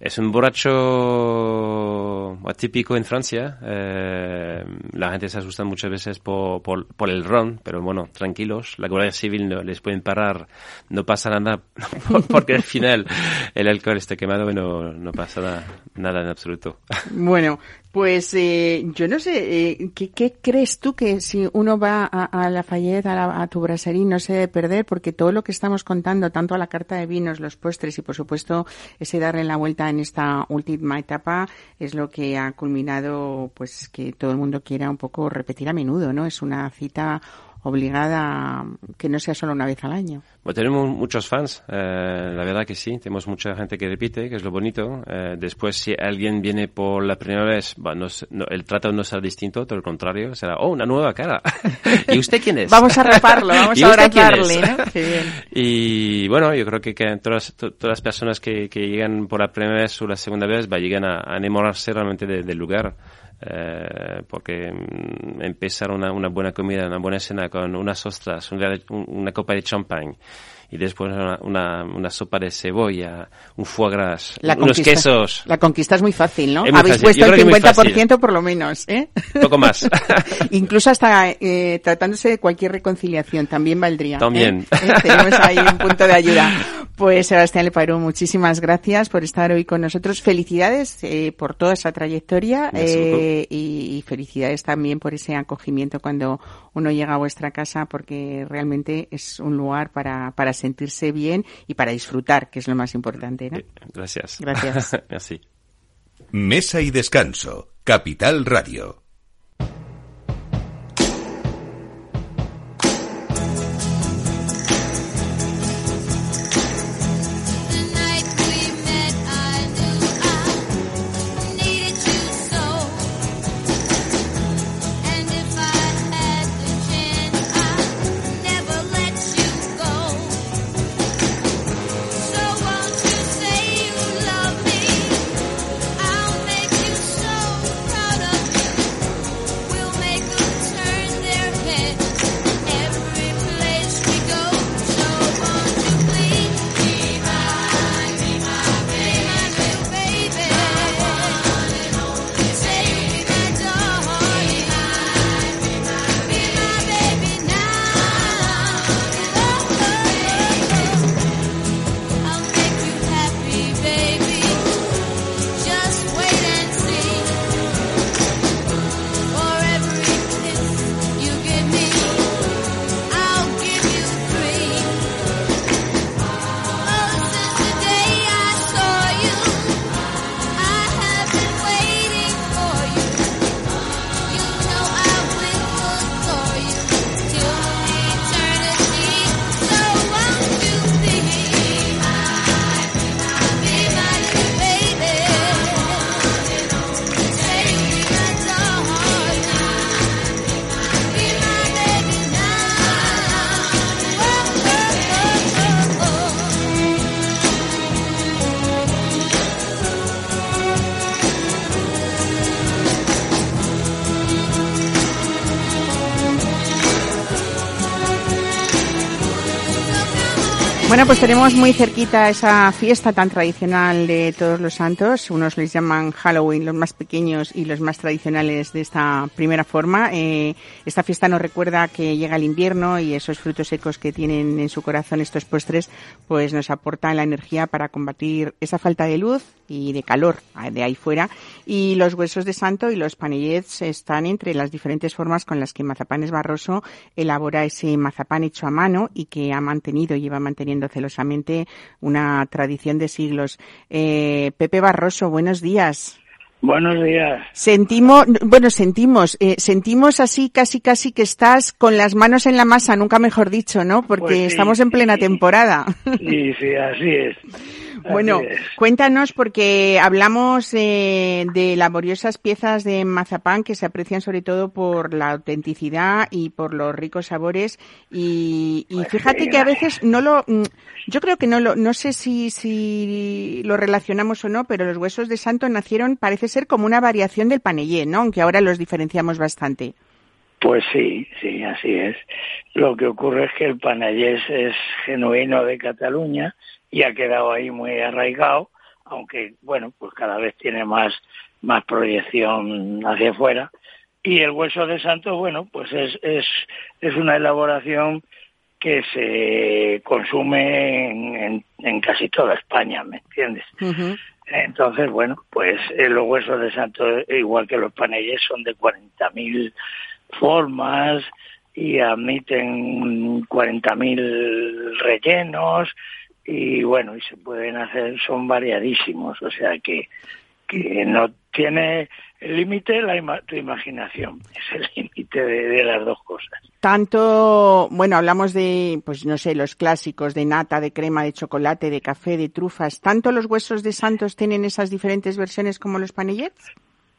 Es un borracho atípico en Francia. Eh, la gente se asusta muchas veces por, por, por el ron, pero bueno, tranquilos. La Guardia Civil no les pueden parar, no pasa nada, porque al final el alcohol está quemado y no, no pasa nada, nada en absoluto. Bueno, pues eh, yo no sé, eh, ¿qué, ¿qué crees tú que si uno va a, a Lafayette, a, la, a tu brasserie, no se debe perder? Porque todo lo que estamos contando, tanto a la carta de vinos, los postres y por supuesto ese darle la vuelta en esta última etapa es lo que ha culminado, pues que todo el mundo quiera un poco repetir a menudo, ¿no? Es una cita obligada que no sea solo una vez al año. Bueno, tenemos muchos fans, eh, la verdad que sí, tenemos mucha gente que repite, que es lo bonito. Eh, después, si alguien viene por la primera vez, bueno, no, no, el trato no será distinto, todo lo contrario, será, oh, una nueva cara. ¿Y usted quién es? Vamos a raparlo, vamos a abrazarle, ¿no? Qué bien. Y bueno, yo creo que, que todas, to, todas las personas que, que llegan por la primera vez o la segunda vez, va, llegan a, a enamorarse realmente de, del lugar. Eh, porque mm, empezar una, una buena comida, una buena cena con unas ostras, una, una copa de champán y después una, una, una sopa de cebolla, un foie gras, la unos quesos. La conquista es muy fácil, ¿no? Habéis fácil. puesto el cincuenta por ciento por lo menos, ¿eh? Un poco más. Incluso hasta eh, tratándose de cualquier reconciliación, también valdría. También. ¿eh? ¿Eh? Tenemos ahí un punto de ayuda. Pues Sebastián Leparoux, muchísimas gracias por estar hoy con nosotros. Felicidades eh, por toda esa trayectoria eh, y, y felicidades también por ese acogimiento cuando uno llega a vuestra casa, porque realmente es un lugar para, para sentirse bien y para disfrutar, que es lo más importante, ¿no? Gracias. Gracias. Merci. Mesa y Descanso, Capital Radio. Bueno, pues tenemos muy cerquita esa fiesta tan tradicional de Todos los Santos. Unos les llaman Halloween, los más pequeños, y los más tradicionales de esta primera forma. Eh, esta fiesta nos recuerda que llega el invierno y esos frutos secos que tienen en su corazón estos postres, pues nos aportan la energía para combatir esa falta de luz y de calor de ahí fuera. Y los huesos de santo y los panellets están entre las diferentes formas con las que Mazapanes Barroso elabora ese mazapán hecho a mano y que ha mantenido y lleva manteniendo celosamente una tradición de siglos. Eh, Pepe Barroso, buenos días. Buenos días. Sentimos, bueno, sentimos, eh, sentimos así casi casi que estás con las manos en la masa, nunca mejor dicho, ¿no? Porque pues sí, estamos en plena sí, temporada. Sí, sí, así es. Bueno, cuéntanos, porque hablamos eh, de laboriosas piezas de mazapán que se aprecian sobre todo por la autenticidad y por los ricos sabores, y, y fíjate que a veces no lo, yo creo que no lo, no sé si, si lo relacionamos o no, pero los huesos de santo nacieron, parece ser, como una variación del panellé, ¿no? Aunque ahora los diferenciamos bastante. Pues sí, sí, así es. Lo que ocurre es que el panellés es genuino de Cataluña y ha quedado ahí muy arraigado, aunque, bueno, pues cada vez tiene más, más proyección hacia afuera. Y el hueso de santo, bueno, pues es, es, es una elaboración que se consume en, en, en casi toda España, ¿me entiendes? Uh-huh. Entonces, bueno, pues eh, los huesos de santo, igual que los panellés, son de cuarenta mil formas y admiten cuarenta mil rellenos y, bueno, y se pueden hacer, son variadísimos, o sea que, que no tiene el límite la ima- tu imaginación, es el límite de, de las dos cosas. Tanto, bueno, hablamos de, pues no sé, los clásicos de nata, de crema, de chocolate, de café, de trufas. ¿Tanto los huesos de santos tienen esas diferentes versiones como los panellets?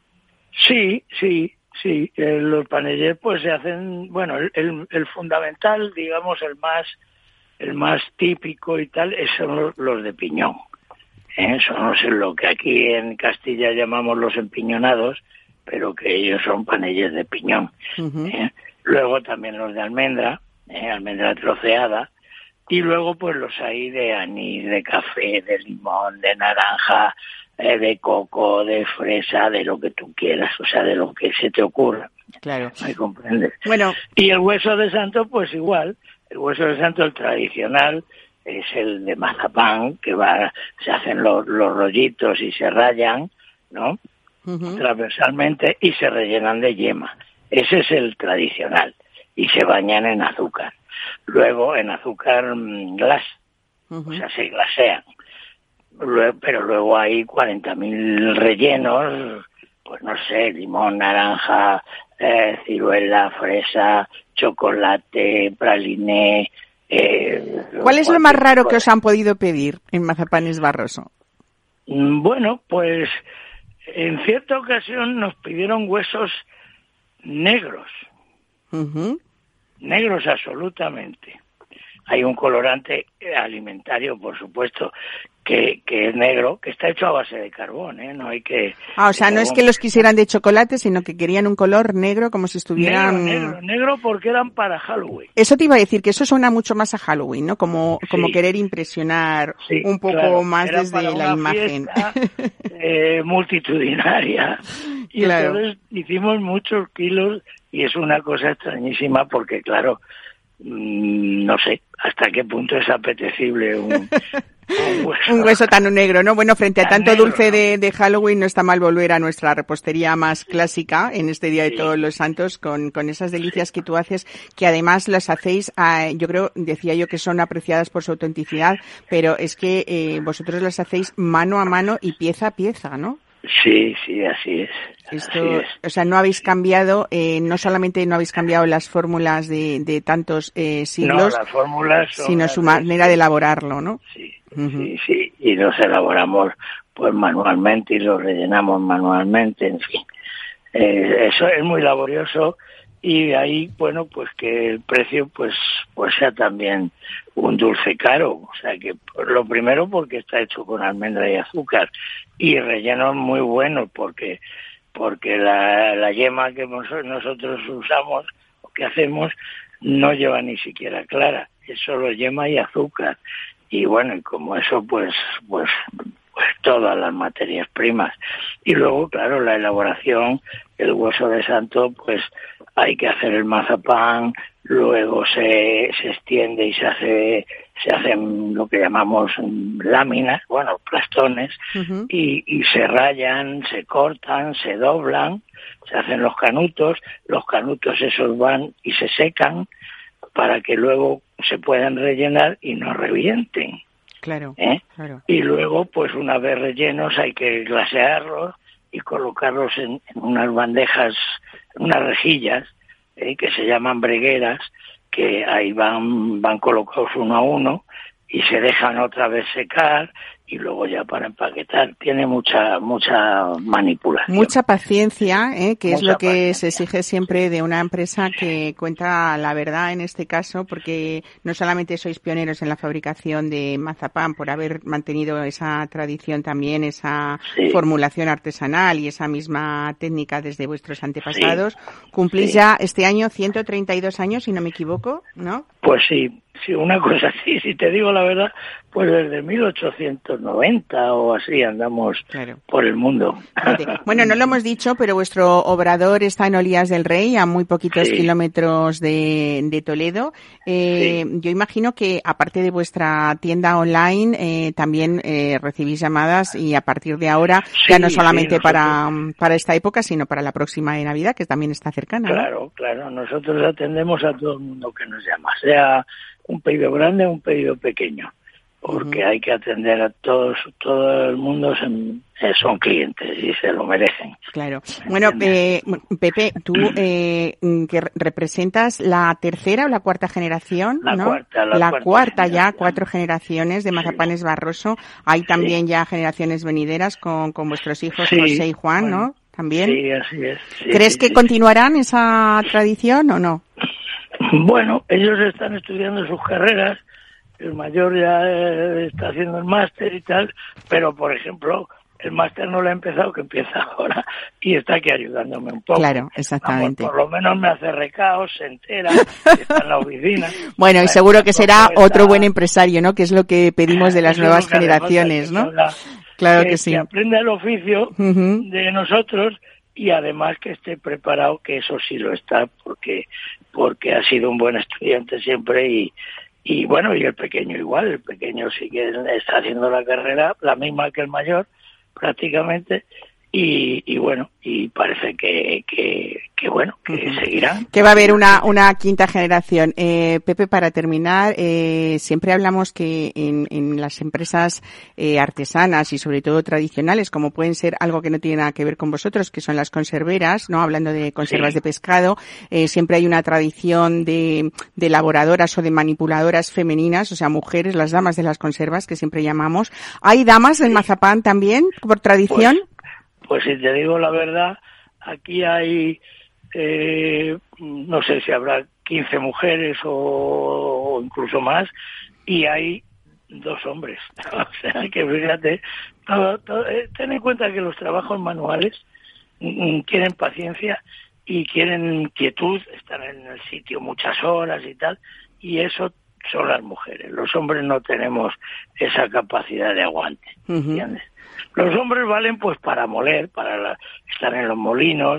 Sí, sí, sí. Eh, los panellets pues se hacen, bueno, el, el, el fundamental, digamos, el más, el más típico y tal, son los, los de piñón. ¿Eh? Son lo que aquí en Castilla llamamos los empiñonados, pero que ellos son panellets de piñón. Uh-huh. ¿Eh? Luego también los de almendra, eh, almendra troceada, y luego pues los hay de anís, de café, de limón, de naranja, eh, de coco, de fresa, de lo que tú quieras, o sea, de lo que se te ocurra. Claro. ¿Me comprendes? Bueno. Y el hueso de santo, pues igual, el hueso de santo, el tradicional, es el de mazapán, que va, se hacen los, los rollitos y se rayan, ¿no? Uh-huh. Transversalmente y se rellenan de yema. Ese es el tradicional y se bañan en azúcar. Luego en azúcar mmm, glass, uh-huh. O sea, se glasean. Luego, pero luego hay cuarenta mil rellenos, pues no sé, limón, naranja, eh, ciruela, fresa, chocolate, praliné. Eh, ¿Cuál es lo más raro cosa que os han podido pedir en Mazapanes Barroso? Bueno, pues en cierta ocasión nos pidieron huesos negros, uh-huh. negros absolutamente. Hay un colorante alimentario, por supuesto, que, que es negro, que está hecho a base de carbón, ¿eh? No hay que... Ah, o sea, no es que los quisieran de chocolate, sino que querían un color negro como si estuvieran... Negro, negro, negro porque eran para Halloween. Eso te iba a decir, que eso suena mucho más a Halloween, ¿no? Como, sí. como querer impresionar sí, un poco claro. más Era desde la imagen. Fiesta, eh, multitudinaria. Y claro. Entonces hicimos muchos kilos y es una cosa extrañísima porque, claro, mmm, no sé hasta qué punto es apetecible un... Un hueso. Un hueso tan negro, ¿no? Bueno, frente a tanto negro, dulce ¿no? de, de Halloween, no está mal volver a nuestra repostería más clásica en este Día de sí. Todos los Santos con, con esas delicias que tú haces, que además las hacéis, eh, yo creo, decía yo que son apreciadas por su autenticidad, pero es que eh, vosotros las hacéis mano a mano y pieza a pieza, ¿no? Sí, sí, así es. Esto, así es. O sea, no habéis cambiado, eh, no solamente no habéis cambiado las fórmulas de, de tantos eh, siglos, no, las fórmulas son sino su manera de elaborarlo, ¿no? Sí, uh-huh. sí, sí, y los elaboramos pues manualmente y los rellenamos manualmente, en fin. Eh, eso es muy laborioso y ahí, bueno, pues que el precio pues pues sea también un dulce caro, o sea que lo primero porque está hecho con almendra y azúcar y rellenos muy buenos porque porque la, la yema que nosotros usamos o que hacemos no lleva ni siquiera clara, es solo yema y azúcar y bueno, y como eso pues pues pues todas las materias primas y luego claro la elaboración, el hueso de santo pues hay que hacer el mazapán, luego se, se extiende y se hace se hacen lo que llamamos láminas, bueno, plastones, uh-huh. y, y se rayan, se cortan, se doblan, se hacen los canutos, los canutos esos van y se secan para que luego se puedan rellenar y no revienten. Claro, ¿Eh? claro. Y luego, pues una vez rellenos hay que glasearlos y colocarlos en, en unas bandejas, unas rejillas, ¿eh? que se llaman bregueras, que ahí van van colocados uno a uno y se dejan otra vez secar y luego ya para empaquetar. Tiene mucha mucha manipulación. Mucha paciencia, ¿eh? que mucha es lo que paciencia. Se exige siempre de una empresa que cuenta la verdad en este caso, porque no solamente sois pioneros en la fabricación de mazapán por haber mantenido esa tradición también, esa sí. formulación artesanal y esa misma técnica desde vuestros antepasados. Sí. Cumplís sí. ya este año ciento treinta y dos años, si no me equivoco, ¿no? Pues sí, sí, una cosa así, si te digo la verdad, pues desde mil ochocientos doscientos noventa o así andamos claro. por el mundo. Bueno, no lo hemos dicho, pero vuestro obrador está en Olías del Rey, a muy poquitos sí. kilómetros de, de Toledo. Eh, sí. Yo imagino que, aparte de vuestra tienda online, eh, también eh, recibís llamadas y a partir de ahora, sí, ya no solamente sí, para, para esta época, sino para la próxima de Navidad, que también está cercana. Claro, ¿no? claro. Nosotros atendemos a todo el mundo que nos llama, sea un pedido grande o un pedido pequeño, porque uh-huh. hay que atender a todos, todo el mundo son, son clientes y se lo merecen. Claro. Bueno, eh, Pepe, tú eh, que representas la tercera o la cuarta generación, la ¿no? Cuarta, la, la cuarta, cuarta ya, cuatro generaciones de Mazapanes sí. Barroso. Hay también sí. ya generaciones venideras con, con vuestros hijos sí. José y Juan, bueno, ¿no? También. Sí, así es. Sí, ¿Crees sí, que sí. continuarán esa tradición o no? Bueno, ellos están estudiando sus carreras, el mayor ya eh, está haciendo el máster y tal, pero por ejemplo, el máster no lo ha empezado, que empieza ahora, y está aquí ayudándome un poco. Claro, exactamente. Vamos, por lo menos me hace recaos, se entera, está en la oficina. Bueno, y seguro que será otro buen empresario, ¿no? Que es lo que pedimos de las nuevas generaciones, ¿no? Claro que, que sí. Que aprenda el oficio uh-huh. de nosotros y además que esté preparado, que eso sí lo está, porque porque ha sido un buen estudiante siempre y y bueno, y el pequeño igual, el pequeño sí que está haciendo la carrera, la misma que el mayor, prácticamente, y, y bueno, y parece que, que, que bueno, que uh-huh. seguirán. Que va a haber una, una quinta generación. Eh, Pepe, para terminar, eh, siempre hablamos que en, en las empresas eh, artesanas y sobre todo tradicionales, como pueden ser algo que no tiene nada que ver con vosotros, que son las conserveras, ¿no? Hablando de conservas sí. de pescado, eh, siempre hay una tradición de, de elaboradoras o de manipuladoras femeninas, o sea, mujeres, las damas de las conservas, que siempre llamamos. ¿Hay damas en mazapán también, por tradición? Pues, Pues si te digo la verdad, aquí hay, eh, no sé si habrá quince mujeres o, o incluso más, y hay dos hombres. O sea que fíjate, todo, todo, eh, ten en cuenta que los trabajos manuales mm, quieren paciencia y quieren quietud, estar en el sitio muchas horas y tal, y eso son las mujeres. Los hombres no tenemos esa capacidad de aguante, uh-huh. ¿entiendes? Los hombres valen pues para moler, para la, estar en los molinos,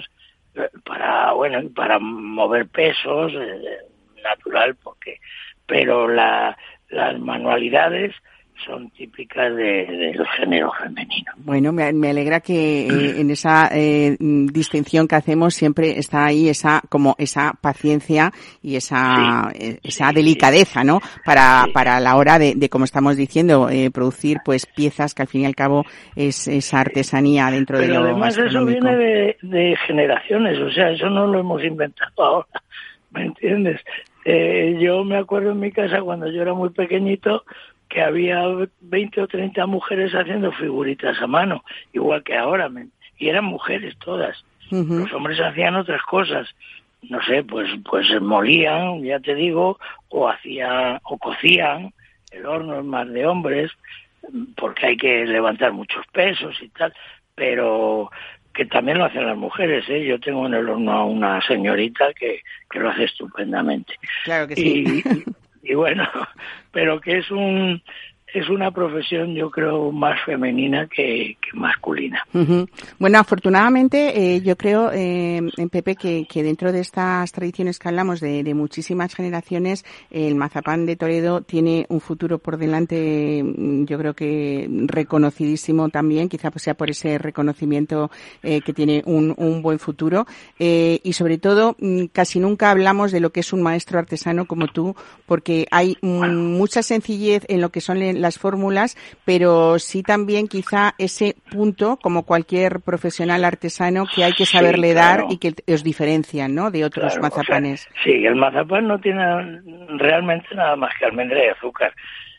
para bueno, para mover pesos, eh, natural, porque, pero la, las manualidades son típicas de, del género femenino. Bueno, me, me alegra que eh, en esa eh, distinción que hacemos siempre está ahí esa como esa paciencia y esa sí, eh, esa sí, delicadeza, ¿no? Para sí. para la hora de, de como estamos diciendo, eh, producir pues piezas que al fin y al cabo es esa artesanía dentro Pero de lo además eso viene de, de generaciones, o sea, eso no lo hemos inventado ahora, ¿me entiendes? Eh, yo me acuerdo en mi casa cuando yo era muy pequeñito que había veinte o treinta mujeres haciendo figuritas a mano, igual que ahora, y eran mujeres todas. Uh-huh. Los hombres hacían otras cosas, no sé, pues pues molían, ya te digo, o hacían, o cocían, el horno es más de hombres, porque hay que levantar muchos pesos y tal, pero que también lo hacen las mujeres, ¿eh? Yo tengo en el horno a una señorita que, que lo hace estupendamente. Claro que sí. Y, y bueno, pero que es un es una profesión, yo creo, más femenina que, que masculina. Uh-huh. Bueno, afortunadamente, eh, yo creo, eh, Pepe, que, que dentro de estas tradiciones que hablamos de, de muchísimas generaciones, el mazapán de Toledo tiene un futuro por delante, yo creo que reconocidísimo también, quizá pues sea por ese reconocimiento eh, que tiene un, un buen futuro. Eh, y sobre todo, casi nunca hablamos de lo que es un maestro artesano como tú, porque hay bueno. mucha sencillez en lo que son las fórmulas, pero sí también quizá ese punto, como cualquier profesional artesano, que hay que saberle sí, claro. dar y que os diferencian, ¿no?, de otros claro, mazapanes. O sea, sí, el mazapán no tiene realmente nada más que almendra y azúcar,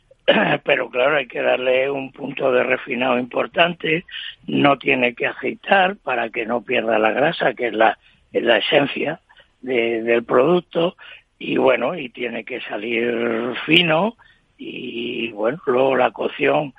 pero claro, hay que darle un punto de refinado importante, no tiene que aceitar para que no pierda la grasa, que es la, es la esencia de, del producto, y bueno, y tiene que salir fino. Y bueno, luego la cocción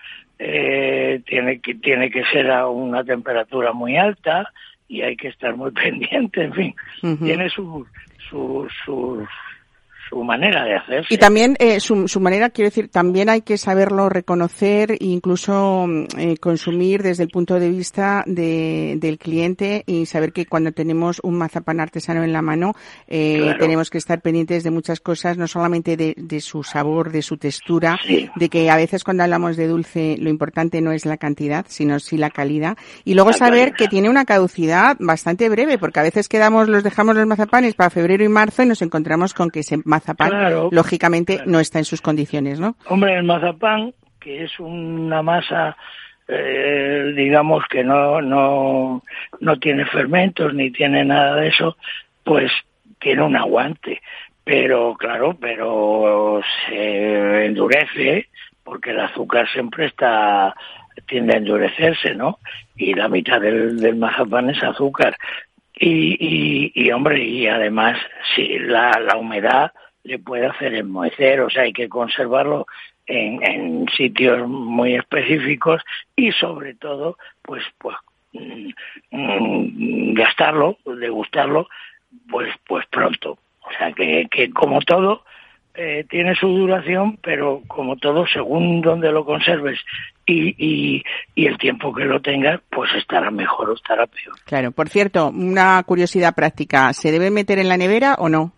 eh, tiene que tiene que ser a una temperatura muy alta y hay que estar muy pendiente, en fin, uh-huh. tiene sus sus sus su manera de hacerse. Y también eh, su, su manera, quiero decir, también hay que saberlo reconocer e incluso eh, consumir desde el punto de vista de, del cliente y saber que cuando tenemos un mazapán artesano en la mano eh, claro. tenemos que estar pendientes de muchas cosas, no solamente de, de su sabor, de su textura, sí. de que a veces cuando hablamos de dulce lo importante no es la cantidad, sino sí la calidad. Y luego la saber calidad. Que tiene una caducidad bastante breve, porque a veces quedamos, los dejamos los mazapanes para febrero y marzo y nos encontramos con que ese mazapán, claro, lógicamente, claro. no está en sus condiciones, ¿no? Hombre, el mazapán, que es una masa, eh, digamos que no, no, no tiene fermentos ni tiene nada de eso, pues tiene un aguante. Pero, claro, pero se endurece, porque el azúcar siempre está, tiende a endurecerse, ¿no? Y la mitad del, del mazapán es azúcar. Y, y, y hombre, y además, sí, la, la humedad le puede hacer enmohecer, o sea, hay que conservarlo en, en sitios muy específicos y sobre todo, pues, pues, mm, mm, gastarlo, degustarlo, pues, pues pronto. O sea, que, que como todo, eh, tiene su duración, pero como todo, según donde lo conserves y, y, y el tiempo que lo tengas, pues estará mejor o estará peor. Claro. Por cierto, una curiosidad práctica, ¿se debe meter en la nevera o no?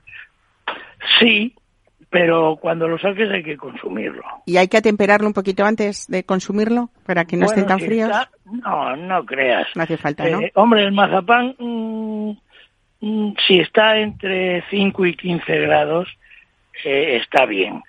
Sí, pero cuando lo saques hay que consumirlo. ¿Y hay que atemperarlo un poquito antes de consumirlo para que no bueno, estén tan si fríos? Está, no, no creas. No hace falta, ¿no? Eh, hombre, el mazapán, mmm, mmm, si está entre cinco y quince grados, eh, está bien.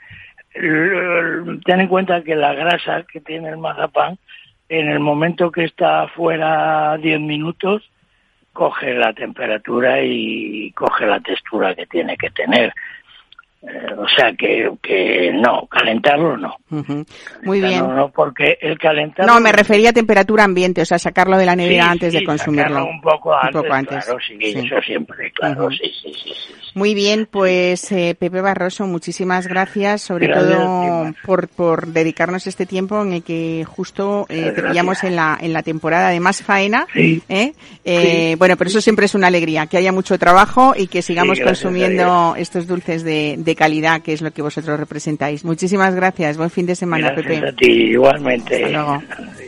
Ten en cuenta que la grasa que tiene el mazapán, en el momento que está fuera diez minutos, coge la temperatura y coge la textura que tiene que tener. Eh, o sea que, que no, calentarlo no. Uh-huh. Muy bien. No, no, porque el calentarlo... No, me refería a temperatura ambiente, o sea, sacarlo de la nevera sí, antes sí, de consumirlo. Un poco antes, un poco antes. Claro, sí, sí. Eso siempre, claro, uh-huh. sí, sí, sí, sí. Muy bien, pues eh, Pepe Barroso, muchísimas gracias, sobre gracias, todo por, por dedicarnos este tiempo en el que justo eh, te pillamos en la, en la temporada de más faena. Sí. ¿eh? Eh, sí. Bueno, pero eso siempre es una alegría, que haya mucho trabajo y que sigamos sí, consumiendo estos dulces de, de calidad, que es lo que vosotros representáis. Muchísimas gracias, buen fin de semana, gracias Pepe. A ti, igualmente. Hasta luego.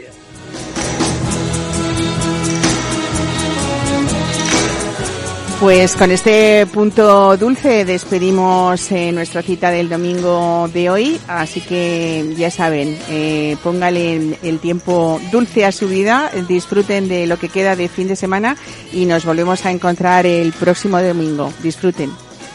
Pues con este punto dulce despedimos eh, nuestra cita del domingo de hoy, así que ya saben, eh, póngale el tiempo dulce a su vida, disfruten de lo que queda de fin de semana y nos volvemos a encontrar el próximo domingo. Disfruten.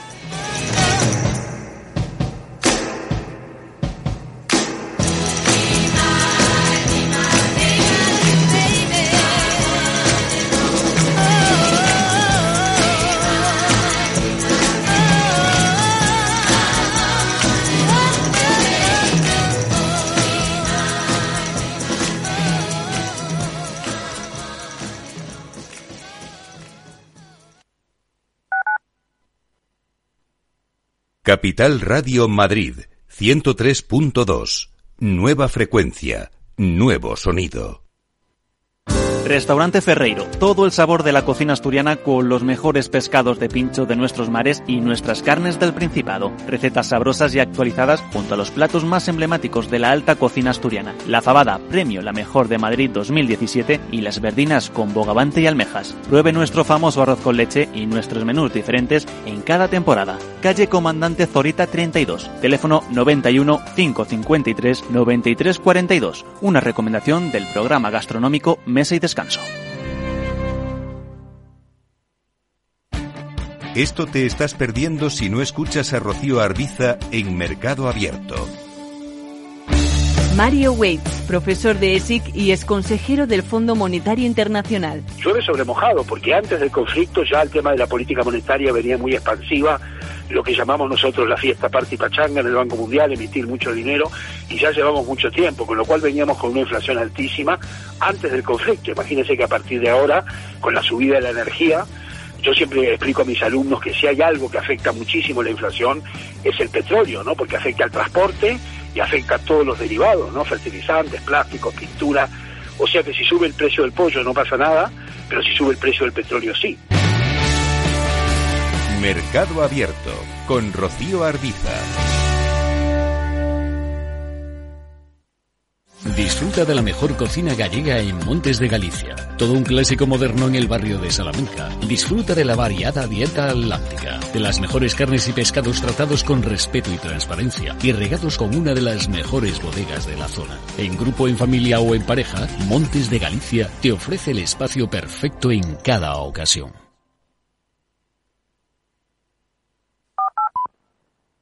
Capital Radio Madrid, ciento tres punto dos. Nueva frecuencia, nuevo sonido. Restaurante Ferreiro, todo el sabor de la cocina asturiana con los mejores pescados de pincho de nuestros mares y nuestras carnes del Principado. Recetas sabrosas y actualizadas junto a los platos más emblemáticos de la alta cocina asturiana. La fabada, premio la mejor de Madrid dos mil diecisiete y las verdinas con bogavante y almejas. Pruebe nuestro famoso arroz con leche y nuestros menús diferentes en cada temporada. Calle Comandante Zorita treinta y dos, teléfono noventa y uno, cinco cincuenta y tres, noventa y tres cuarenta y dos. Una recomendación del programa gastronómico Mesa y Descanso. Esto te estás perdiendo si no escuchas a Rocío Arbiza en Mercado Abierto. Mario Waits, profesor de E S I C y exconsejero del Fondo Monetario Internacional. Llueve sobre mojado, porque antes del conflicto ya el tema de la política monetaria venía muy expansiva, lo que llamamos nosotros la fiesta party pachanga en el Banco Mundial, emitir mucho dinero, y ya llevamos mucho tiempo, con lo cual veníamos con una inflación altísima antes del conflicto. Imagínense que a partir de ahora, con la subida de la energía, yo siempre explico a mis alumnos que si hay algo que afecta muchísimo la inflación es el petróleo, ¿no? Porque afecta al transporte y afecta a todos los derivados, ¿no? Fertilizantes, plásticos, pintura. O sea que si sube el precio del pollo no pasa nada, pero si sube el precio del petróleo sí. Mercado Abierto con Rocío Arbiza. Disfruta de la mejor cocina gallega en Montes de Galicia. Todo un clásico moderno en el barrio de Salamanca. Disfruta de la variada dieta atlántica, de las mejores carnes y pescados tratados con respeto y transparencia y regados con una de las mejores bodegas de la zona. En grupo, en familia o en pareja, Montes de Galicia te ofrece el espacio perfecto en cada ocasión.